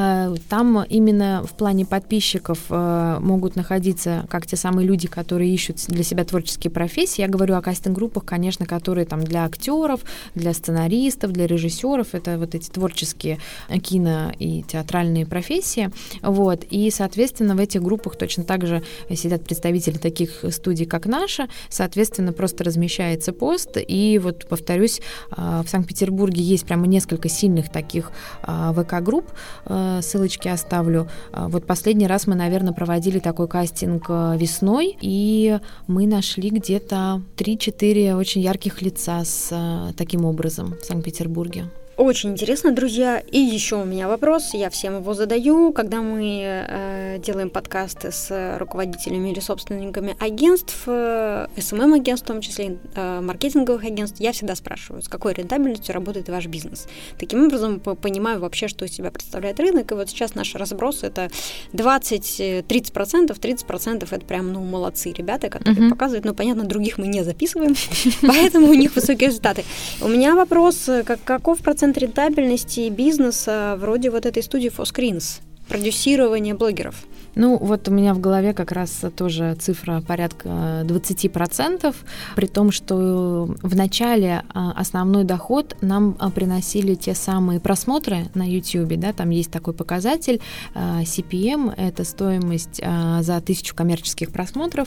[SPEAKER 3] Там именно в плане подписчиков могут находиться как те самые люди, которые ищут для себя творческие профессии. Я говорю о кастинг-группах, конечно, которые там для актеров, для сценаристов, для режиссеров. Это вот эти творческие кино и театральные профессии. Вот. И, соответственно, в этих группах точно так же сидят представители таких студий, как наша. Соответственно, просто размещается пост. И вот, повторюсь, в Санкт-Петербурге есть прямо несколько сильных таких ВК-групп. Ссылочки оставлю. Вот последний раз мы, наверное, проводили такой кастинг весной, и мы нашли где-то три-четыре очень ярких лица с таким образом в Санкт-Петербурге.
[SPEAKER 2] Очень интересно, друзья. И еще у меня вопрос, я всем его задаю. Когда мы э, делаем подкасты с руководителями или собственниками агентств, э, эс эм эм-агентств, в том числе э, маркетинговых агентств, я всегда спрашиваю, с какой рентабельностью работает ваш бизнес. Таким образом, понимаю вообще, что из себя представляет рынок. И вот сейчас наш разброс — это двадцать-тридцать процентов, тридцать процентов это прям, ну, молодцы ребята, которые uh-huh. показывают. Но, понятно, других мы не записываем, поэтому у них высокие результаты. У меня вопрос, каков процент рентабельности бизнеса вроде вот этой студии фо-скринс, продюсирования блогеров?
[SPEAKER 3] Ну, вот у меня в голове как раз тоже цифра порядка двадцать процентов, при том, что в начале основной доход нам приносили те самые просмотры на YouTube, да, там есть такой показатель си пи эм, это стоимость за тысячу коммерческих просмотров,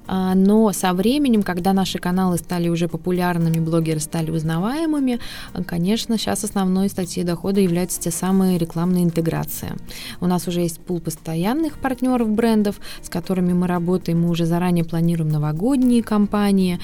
[SPEAKER 3] но со временем, когда наши каналы стали уже популярными, блогеры стали узнаваемыми, конечно, сейчас основной статьей дохода являются те самые рекламные интеграции. У нас уже есть пул постоянных партнеров, партнеров брендов, с которыми мы работаем. Мы уже заранее планируем новогодние кампании,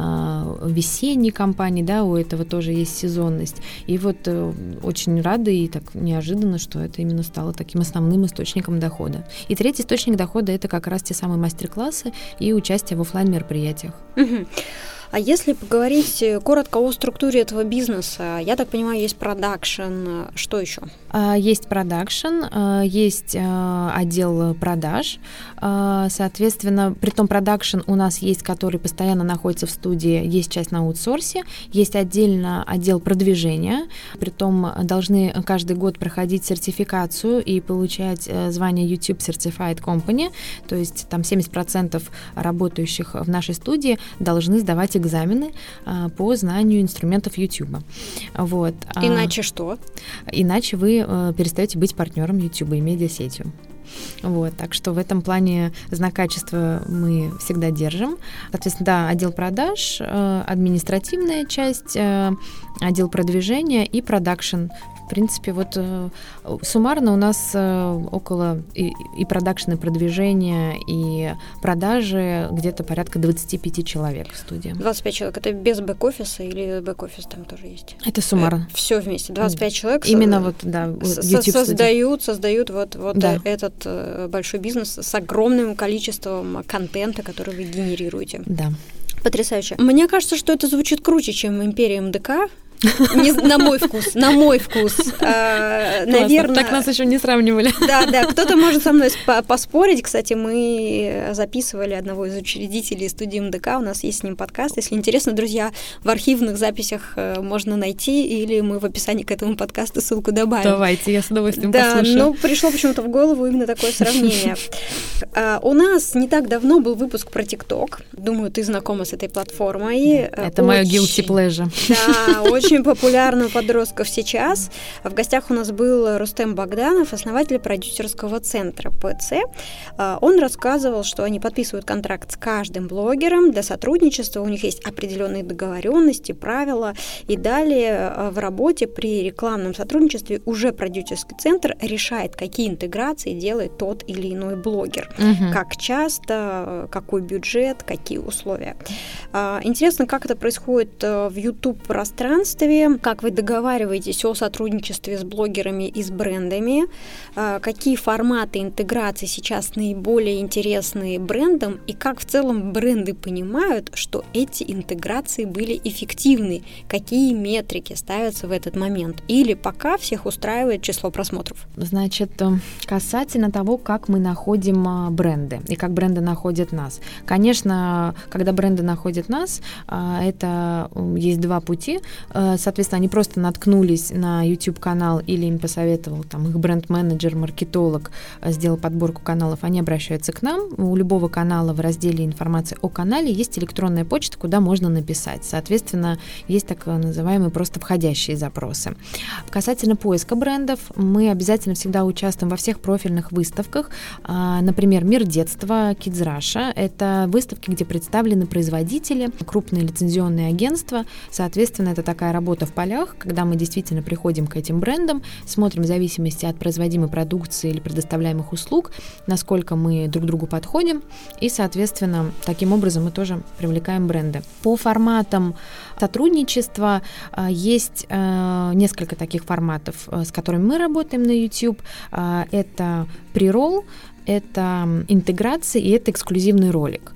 [SPEAKER 3] весенние кампании, да, у этого тоже есть сезонность. И вот очень рады и так неожиданно, что это именно стало таким основным источником дохода. И третий источник дохода — это как раз те самые мастер-классы и участие в офлайн-мероприятиях.
[SPEAKER 2] Угу. А если поговорить коротко о структуре этого бизнеса, я так понимаю, есть продакшн, что еще?
[SPEAKER 3] Есть продакшн, есть отдел продаж, соответственно, при том продакшн у нас есть, который постоянно находится в студии, есть часть на аутсорсе, есть отдельно отдел продвижения, при том должны каждый год проходить сертификацию и получать звание YouTube Certified Company, то есть там семьдесят процентов работающих в нашей студии должны сдавать экзамены а, по знанию инструментов YouTube. Вот.
[SPEAKER 2] Иначе а, что?
[SPEAKER 3] Иначе вы а, перестаете быть партнером YouTube и медиасетью. Вот, так что в этом плане знак качества мы всегда держим. Соответственно, да, отдел продаж, административная часть, отдел продвижения и продакшн В принципе, вот суммарно у нас около и, и продакшн, и продвижения, и продажи где-то порядка двадцать пять человек в студии.
[SPEAKER 2] двадцать пять человек. Это без бэк-офиса или бэк-офис там тоже есть?
[SPEAKER 3] Это суммарно.
[SPEAKER 2] Все вместе. двадцать пять человек.
[SPEAKER 3] Именно вот, да, YouTube
[SPEAKER 2] создают, создают вот, вот
[SPEAKER 3] да.
[SPEAKER 2] этот большой бизнес с огромным количеством контента, который вы генерируете.
[SPEAKER 3] Да.
[SPEAKER 2] Потрясающе. Мне кажется, что это звучит круче, чем «Империя МДК». Не, на мой вкус, на мой вкус. А, наверное,
[SPEAKER 3] так нас еще не сравнивали.
[SPEAKER 2] Да, да, кто-то может со мной поспорить. Кстати, мы записывали одного из учредителей студии МДК, у нас есть с ним подкаст. Если интересно, друзья, в архивных записях можно найти, или мы в описании к этому подкасту ссылку добавим.
[SPEAKER 3] Давайте, я с удовольствием
[SPEAKER 2] да,
[SPEAKER 3] послушаю.
[SPEAKER 2] Да, ну, пришло почему-то в голову именно такое сравнение. А, у нас не так давно был выпуск про ТикТок. Думаю, ты знакома с этой платформой.
[SPEAKER 3] Это мое guilty pleasure.
[SPEAKER 2] Да, очень Очень популярна у подростков сейчас. В гостях у нас был Рустем Богданов, основатель продюсерского центра ПЦ. Он рассказывал, что они подписывают контракт с каждым блогером для сотрудничества. У них есть определенные договоренности, правила. И далее в работе при рекламном сотрудничестве уже продюсерский центр решает, какие интеграции делает тот или иной блогер. Угу. Как часто, какой бюджет, какие условия. Интересно, как это происходит в YouTube-пространстве. Как вы договариваетесь о сотрудничестве с блогерами и с брендами, какие форматы интеграции сейчас наиболее интересны брендам, и как в целом бренды понимают, что эти интеграции были эффективны, какие метрики ставятся в этот момент, или пока всех устраивает число просмотров.
[SPEAKER 3] Значит, касательно того, как мы находим бренды и как бренды находят нас. Конечно, когда бренды находят нас, это есть два пути. Соответственно, они просто наткнулись на YouTube-канал или им посоветовал там, их бренд-менеджер, маркетолог, сделал подборку каналов, они обращаются к нам. У любого канала в разделе информации о канале есть электронная почта, куда можно написать. Соответственно, есть так называемые просто входящие запросы. Касательно поиска брендов, мы обязательно всегда участвуем во всех профильных выставках. Например, «Мир детства», Kids Russia. Это выставки, где представлены производители, крупные лицензионные агентства. Соответственно, это такая работа в полях, когда мы действительно приходим к этим брендам, смотрим в зависимости от производимой продукции или предоставляемых услуг, насколько мы друг другу подходим, и, соответственно, таким образом мы тоже привлекаем бренды. По форматам сотрудничества есть несколько таких форматов, с которыми мы работаем на YouTube. Это pre-roll, это интеграция и это эксклюзивный ролик.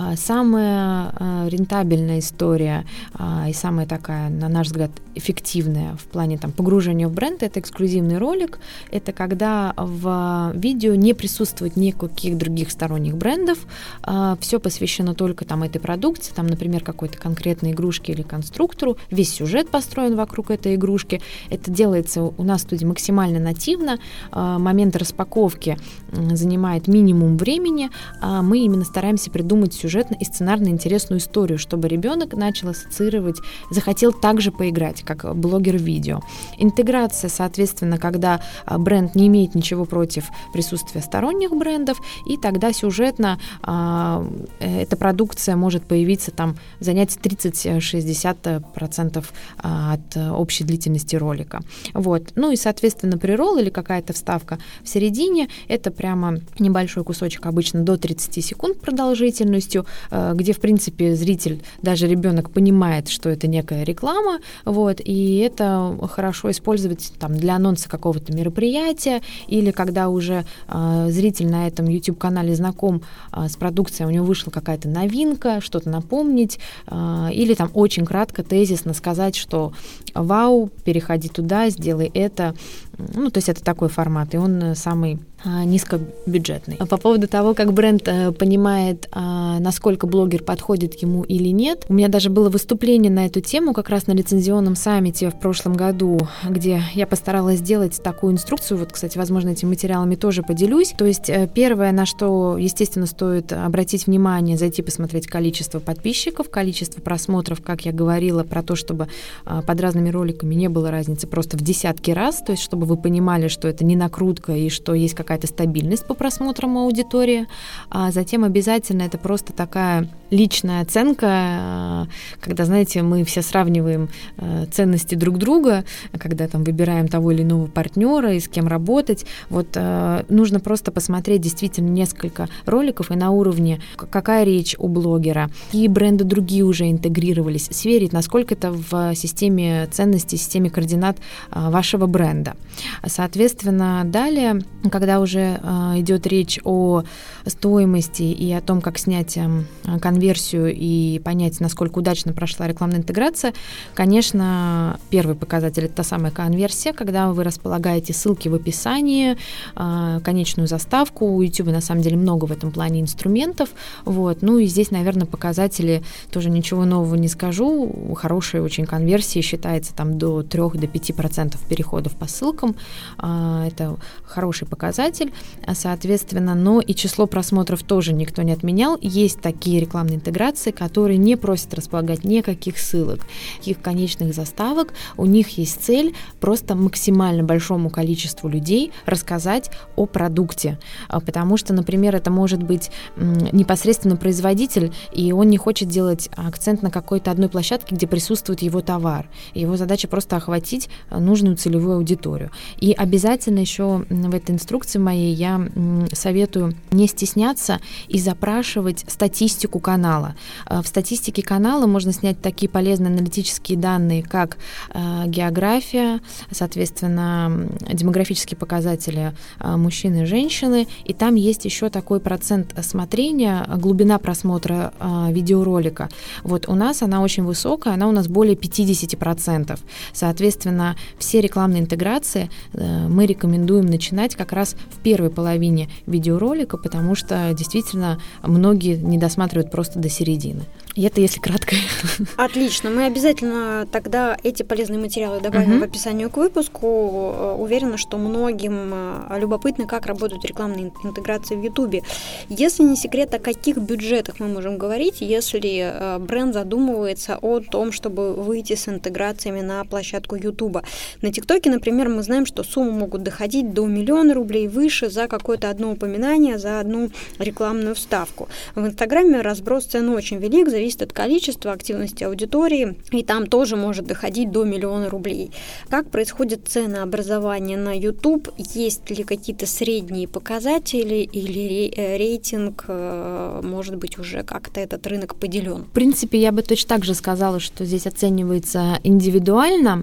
[SPEAKER 3] Самая рентабельная история и самая такая, на наш взгляд, эффективная в плане там, погружения в бренд — это эксклюзивный ролик. Это когда в видео не присутствует никаких других сторонних брендов, все посвящено только там, этой продукции, там, например, какой-то конкретной игрушке или конструктору, весь сюжет построен вокруг этой игрушки. Это делается у нас в студии максимально нативно, момент распаковки занимает минимум времени, а мы именно стараемся придумать сюжетно и сценарно интересную историю, чтобы ребенок начал ассоциировать, захотел также поиграть, как блогер видео. Интеграция, соответственно, когда бренд не имеет ничего против присутствия сторонних брендов, и тогда сюжетно а, эта продукция может появиться там, занять тридцать-шестьдесят процентов от общей длительности ролика. Вот. Ну и, соответственно, преролл или какая-то вставка в середине, это прямо небольшой кусочек, обычно до тридцать секунд продолжительностью, где, в принципе, зритель, даже ребенок понимает, что это некая реклама, вот, и это хорошо использовать там, для анонса какого-то мероприятия, или когда уже э, зритель на этом YouTube-канале знаком э, с продукцией, у него вышла какая-то новинка, что-то напомнить, э, или там очень кратко, тезисно сказать, что вау, переходи туда, сделай это. Ну, то есть это такой формат, и он самый а, низкобюджетный. По поводу того, как бренд а, понимает, а, насколько блогер подходит ему или нет, у меня даже было выступление на эту тему как раз на лицензионном саммите в прошлом году, где я постаралась сделать такую инструкцию. Вот, кстати, возможно, этими материалами тоже поделюсь. То есть первое, на что, естественно, стоит обратить внимание, зайти посмотреть количество подписчиков, количество просмотров, как я говорила, про то, чтобы а, под разными роликами не было разницы просто в десятки раз, то есть чтобы вы понимали, что это не накрутка и что есть какая-то стабильность по просмотрам аудитории. А затем обязательно это просто такая личная оценка, когда, знаете, мы все сравниваем ценности друг друга, когда там выбираем того или иного партнера и с кем работать. Вот нужно просто посмотреть действительно несколько роликов и на уровне, какая речь у блогера, какие бренды другие уже интегрировались, сверить, насколько это в системе ценностей, системе координат вашего бренда. Соответственно, далее, когда уже идет речь о стоимости и о том, как снять конверсию и понять, насколько удачно прошла рекламная интеграция, конечно, первый показатель – это та самая конверсия, когда вы располагаете ссылки в описании, конечную заставку. У YouTube на самом деле много в этом плане инструментов. Вот. Ну и здесь, наверное, показатели, тоже ничего нового не скажу, хорошие очень конверсии, считается там до три-пять процентов переходов по ссылкам. Это хороший показатель, соответственно, но и число просмотров тоже никто не отменял. Есть такие рекламные интеграции, которые не просят располагать никаких ссылок, никаких конечных заставок. У них есть цель просто максимально большому количеству людей рассказать о продукте, потому что, например, это может быть непосредственно производитель, и он не хочет делать акцент на какой-то одной площадке, где присутствует его товар. Его задача просто охватить нужную целевую аудиторию. И обязательно еще в этой инструкции моей я советую не стесняться и запрашивать статистику канала. В статистике канала можно снять такие полезные аналитические данные, как география, соответственно, демографические показатели мужчины и женщины, и там есть еще такой процент смотрения, глубина просмотра видеоролика. Вот у нас она очень высокая, она у нас более пятьдесят процентов. Соответственно, все рекламные интеграции мы рекомендуем начинать как раз в первой половине видеоролика, потому что действительно многие не досматривают просто до середины. И это если кратко.
[SPEAKER 2] Отлично. Мы обязательно тогда эти полезные материалы добавим uh-huh. в описании к выпуску. Уверена, что многим любопытно, как работают рекламные интеграции в Ютубе. Если не секрет, о каких бюджетах мы можем говорить, если бренд задумывается о том, чтобы выйти с интеграциями на площадку Ютуба. На ТикТоке, например, мы знаем, что суммы могут доходить до миллиона рублей выше за какое-то одно упоминание, за одну рекламную вставку. В Инстаграме разброс цен очень велик, зависит от количества, активности аудитории, и там тоже может доходить до миллиона рублей. Как происходит ценообразование на YouTube? Есть ли какие-то средние показатели или рейтинг, может быть, уже как-то этот рынок поделен?
[SPEAKER 3] В принципе, я бы точно так же сказала, что здесь оценивается индивидуально,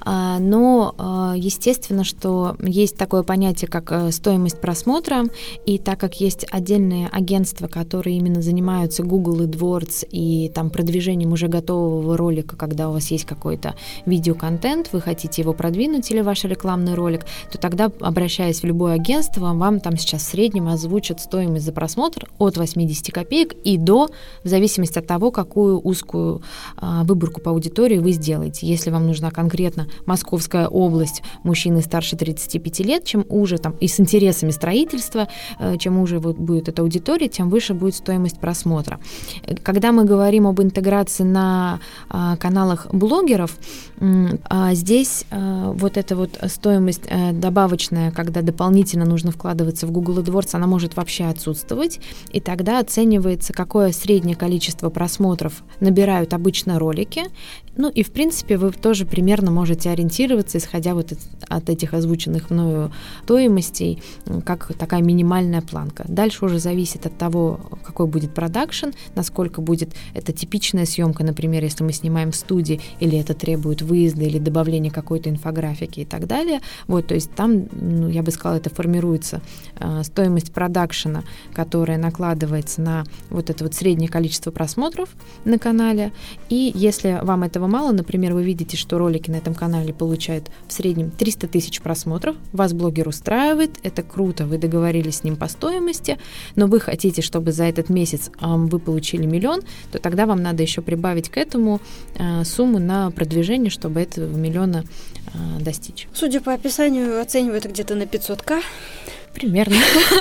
[SPEAKER 3] но, естественно, что есть такое понятие, как стоимость просмотра, и так как есть отдельные агентства, которые именно занимаются Google AdWords и и там продвижением уже готового ролика, когда у вас есть какой-то видеоконтент, вы хотите его продвинуть или ваш рекламный ролик, то тогда, обращаясь в любое агентство, вам там сейчас в среднем озвучат стоимость за просмотр от восемьдесят копеек и до, в зависимости от того, какую узкую а, выборку по аудитории вы сделаете. Если вам нужна конкретно Московская область, мужчины старше тридцати пяти лет, чем уже там и с интересами строительства, чем уже вот будет эта аудитория, тем выше будет стоимость просмотра. Когда мы говорим говорим об интеграции на а, каналах блогеров, а, здесь а, вот эта вот стоимость а, добавочная, когда дополнительно нужно вкладываться в Google AdWords, она может вообще отсутствовать, и тогда оценивается, какое среднее количество просмотров набирают обычно ролики. Ну и, в принципе, вы тоже примерно можете ориентироваться, исходя вот от этих озвученных мною стоимостей, как такая минимальная планка. Дальше уже зависит от того, какой будет продакшн, насколько будет это типичная съемка, например, если мы снимаем в студии, или это требует выезда, или добавления какой-то инфографики и так далее. Вот, то есть там, ну, я бы сказала, это формируется э, стоимость продакшена, которая накладывается на вот это вот среднее количество просмотров на канале. И если вам этого мало, например, вы видите, что ролики на этом канале получают в среднем триста тысяч просмотров, вас блогер устраивает, это круто, вы договорились с ним по стоимости, но вы хотите, чтобы за этот месяц э, вы получили миллион, то тогда вам надо еще прибавить к этому э, сумму на продвижение, чтобы этого миллиона э, достичь.
[SPEAKER 2] Судя по описанию, оценивают где-то на пятьсот тысяч.
[SPEAKER 3] Примерно.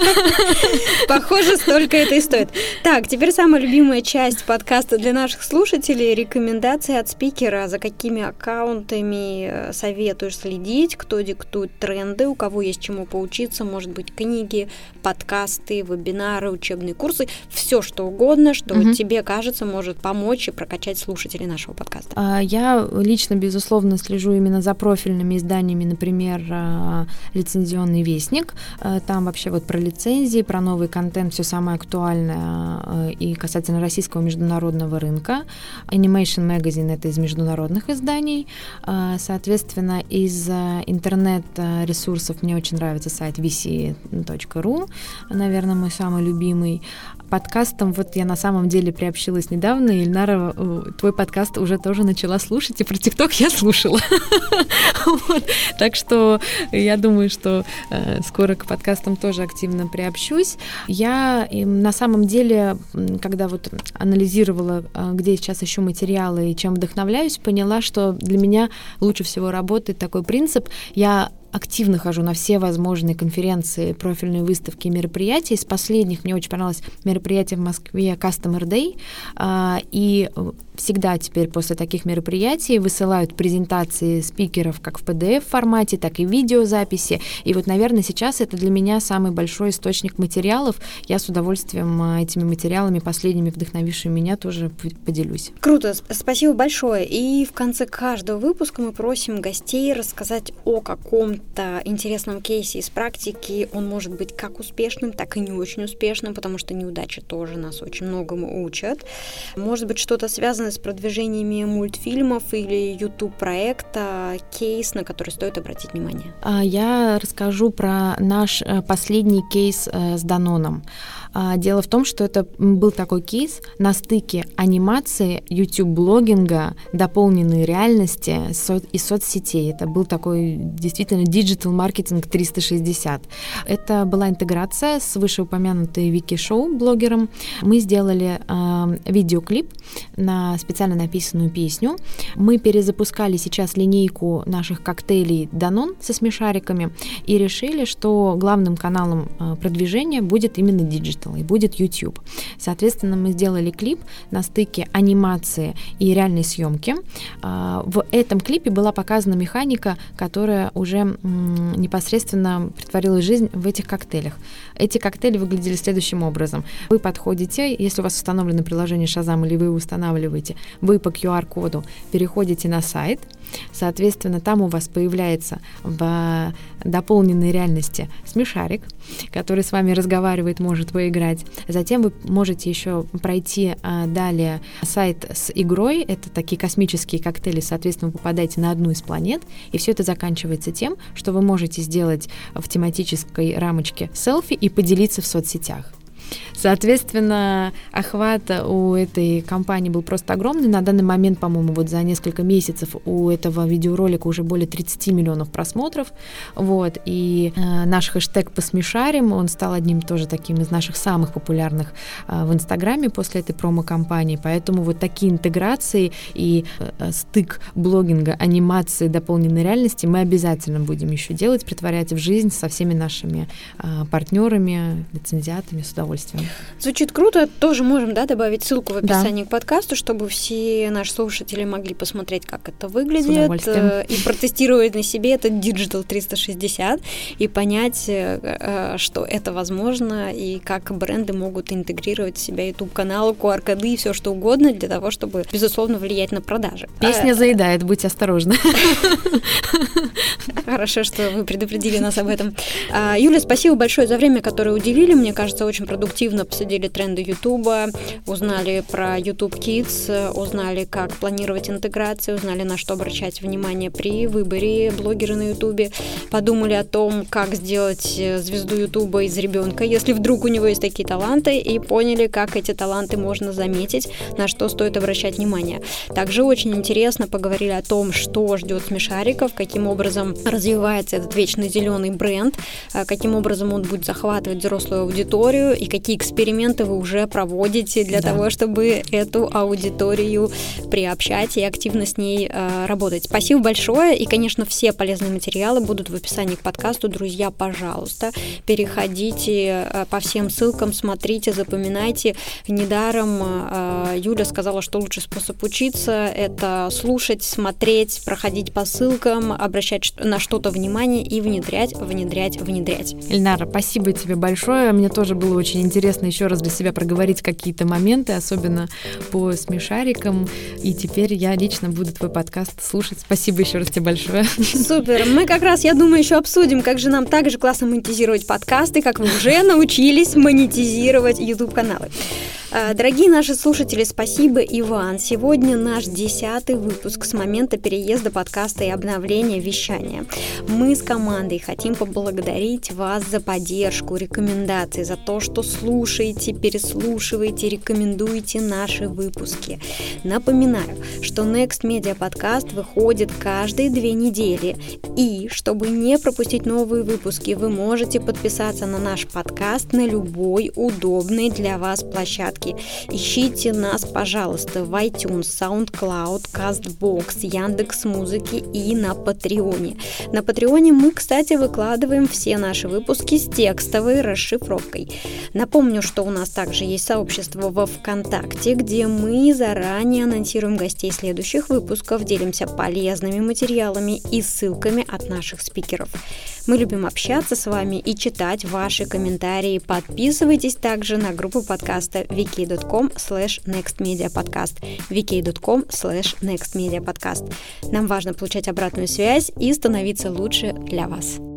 [SPEAKER 2] Похоже, столько это и стоит. Так, теперь самая любимая часть подкаста для наших слушателей – рекомендации от спикера. За какими аккаунтами советуешь следить, кто диктует тренды, у кого есть чему поучиться, может быть, книги, подкасты, вебинары, учебные курсы, все что угодно, что угу. тебе кажется может помочь и прокачать слушателей нашего подкаста.
[SPEAKER 3] Я лично, безусловно, слежу именно за профильными изданиями, например, «Лицензионный вестник». Там вообще вот про лицензии, про новый контент все самое актуальное и касательно российского международного рынка. Animation Magazine — это из международных изданий. Соответственно, из интернет-ресурсов мне очень нравится сайт ви си точка ру, наверное, мой самый любимый. Подкастом вот я на самом деле приобщилась недавно, и, Ильнара, твой подкаст уже тоже начала слушать, и про ТикТок я слушала. Вот. Так что я думаю, что э, скоро к подкастам тоже активно приобщусь. Я э, на самом деле, когда вот анализировала, э, где я сейчас ищу материалы и чем вдохновляюсь, поняла, что для меня лучше всего работает такой принцип. Я активно хожу на все возможные конференции, профильные выставки и мероприятия. Из последних мне очень понравилось мероприятие в Москве Customer Day, и всегда теперь после таких мероприятий высылают презентации спикеров как в пи ди эф-формате, так и видеозаписи. И вот, наверное, сейчас это для меня самый большой источник материалов. Я с удовольствием этими материалами, последними вдохновившими меня, тоже поделюсь.
[SPEAKER 2] Круто, спасибо большое. И в конце каждого выпуска мы просим гостей рассказать о каком-то интересном кейсе из практики. Он может быть как успешным, так и не очень успешным, потому что неудачи тоже нас очень многому учат. Может быть, что-то связано с продвижениями мультфильмов или YouTube-проекта, кейс, на который стоит обратить внимание?
[SPEAKER 3] Я расскажу про наш последний кейс с Даноном. Дело в том, что это был такой кейс на стыке анимации, YouTube-блогинга, дополненной реальности и соцсетей. Это был такой действительно диджитал-маркетинг триста шестьдесят. Это была интеграция с вышеупомянутой Вики Шоу, блогером. Мы сделали э, видеоклип на специально написанную песню. Мы перезапускали сейчас линейку наших коктейлей Данон со смешариками и решили, что главным каналом э, продвижения будет именно диджитал, и будет YouTube. Соответственно, мы сделали клип на стыке анимации и реальной съемки. В этом клипе была показана механика, которая уже непосредственно претворилась в жизнь в этих коктейлях. Эти коктейли выглядели следующим образом. Вы подходите, если у вас установлено приложение Shazam или вы его устанавливаете, вы по ку ар-коду переходите на сайт, соответственно, там у вас появляется в дополненной реальности смешарик, который с вами разговаривает, может поиграть. Затем вы можете еще пройти а, далее сайт с игрой. Это такие космические коктейли, соответственно, вы попадаете на одну из планет, и все это заканчивается тем, что вы можете сделать в тематической рамочке селфи и поделиться в соцсетях. Соответственно, охват у этой компании был просто огромный. На данный момент, по-моему, вот за несколько месяцев у этого видеоролика уже более тридцать миллионов просмотров. Вот. И э, наш хэштег «Посмешарим», он стал одним тоже таким из наших самых популярных э, в Инстаграме после этой промо-компании. Поэтому вот такие интеграции и э, стык блогинга, анимации, дополненной реальности мы обязательно будем еще делать, притворять в жизнь со всеми нашими э, партнерами, лицензиатами, с удовольствием.
[SPEAKER 2] Звучит круто. Тоже можем, да, добавить ссылку в описании да. к подкасту, чтобы все наши слушатели могли посмотреть, как это выглядит, и протестировать на себе этот Digital триста шестьдесят и понять, что это возможно, и как бренды могут интегрировать в себя YouTube-каналы, ку ар-коды и все что угодно для того, чтобы, безусловно, влиять на продажи.
[SPEAKER 3] Песня а... заедает, будьте осторожны.
[SPEAKER 2] Хорошо, что вы предупредили нас об этом. Юля, спасибо большое за время, которое уделили. Мне кажется, очень продуктивно обсудили тренды Ютуба, узнали про YouTube Kids, узнали, как планировать интеграцию, узнали, на что обращать внимание при выборе блогера на Ютубе, подумали о том, как сделать звезду Ютуба из ребенка, если вдруг у него есть такие таланты, и поняли, как эти таланты можно заметить, на что стоит обращать внимание. Также очень интересно поговорили о том, что ждет смешариков, каким образом развивается этот вечно зеленый бренд, каким образом он будет захватывать взрослую аудиторию и какие, эксперименты вы уже проводите для да. того, чтобы эту аудиторию приобщать и активно с ней э, работать. Спасибо большое. И, конечно, все полезные материалы будут в описании к подкасту. Друзья, пожалуйста, переходите э, по всем ссылкам, смотрите, запоминайте. Недаром э, Юля сказала, что лучший способ учиться – это слушать, смотреть, проходить по ссылкам, обращать на что-то внимание и внедрять, внедрять, внедрять.
[SPEAKER 3] Эльнара, спасибо тебе большое. Мне тоже было очень интересно еще раз для себя проговорить какие-то моменты, особенно по смешарикам. И теперь я лично буду твой подкаст слушать. Спасибо еще раз тебе большое.
[SPEAKER 2] Супер. Мы как раз, я думаю, еще обсудим, как же нам так же классно монетизировать подкасты, как вы уже научились монетизировать YouTube-каналы. Дорогие наши слушатели, спасибо и вам. Сегодня наш десятый выпуск с момента переезда подкаста и обновления вещания. Мы с командой хотим поблагодарить вас за поддержку, рекомендации, за то, что слушаете, переслушиваете, рекомендуете наши выпуски. Напоминаю, что Next Media Podcast выходит каждые две недели. И, чтобы не пропустить новые выпуски, вы можете подписаться на наш подкаст на любой удобной для вас площадке. Ищите нас, пожалуйста, в iTunes, SoundCloud, CastBox, Яндекс.Музыке и на Патреоне. На Патреоне мы, кстати, выкладываем все наши выпуски с текстовой расшифровкой. Напомню, что у нас также есть сообщество во ВКонтакте, где мы заранее анонсируем гостей следующих выпусков, делимся полезными материалами и ссылками от наших спикеров. Мы любим общаться с вами и читать ваши комментарии. Подписывайтесь также на группу подкаста ви кей точка ком слэш некст медиа подкаст ви кей точка ком слэш некст медиа подкаст. Нам важно получать обратную связь и становиться лучше для вас.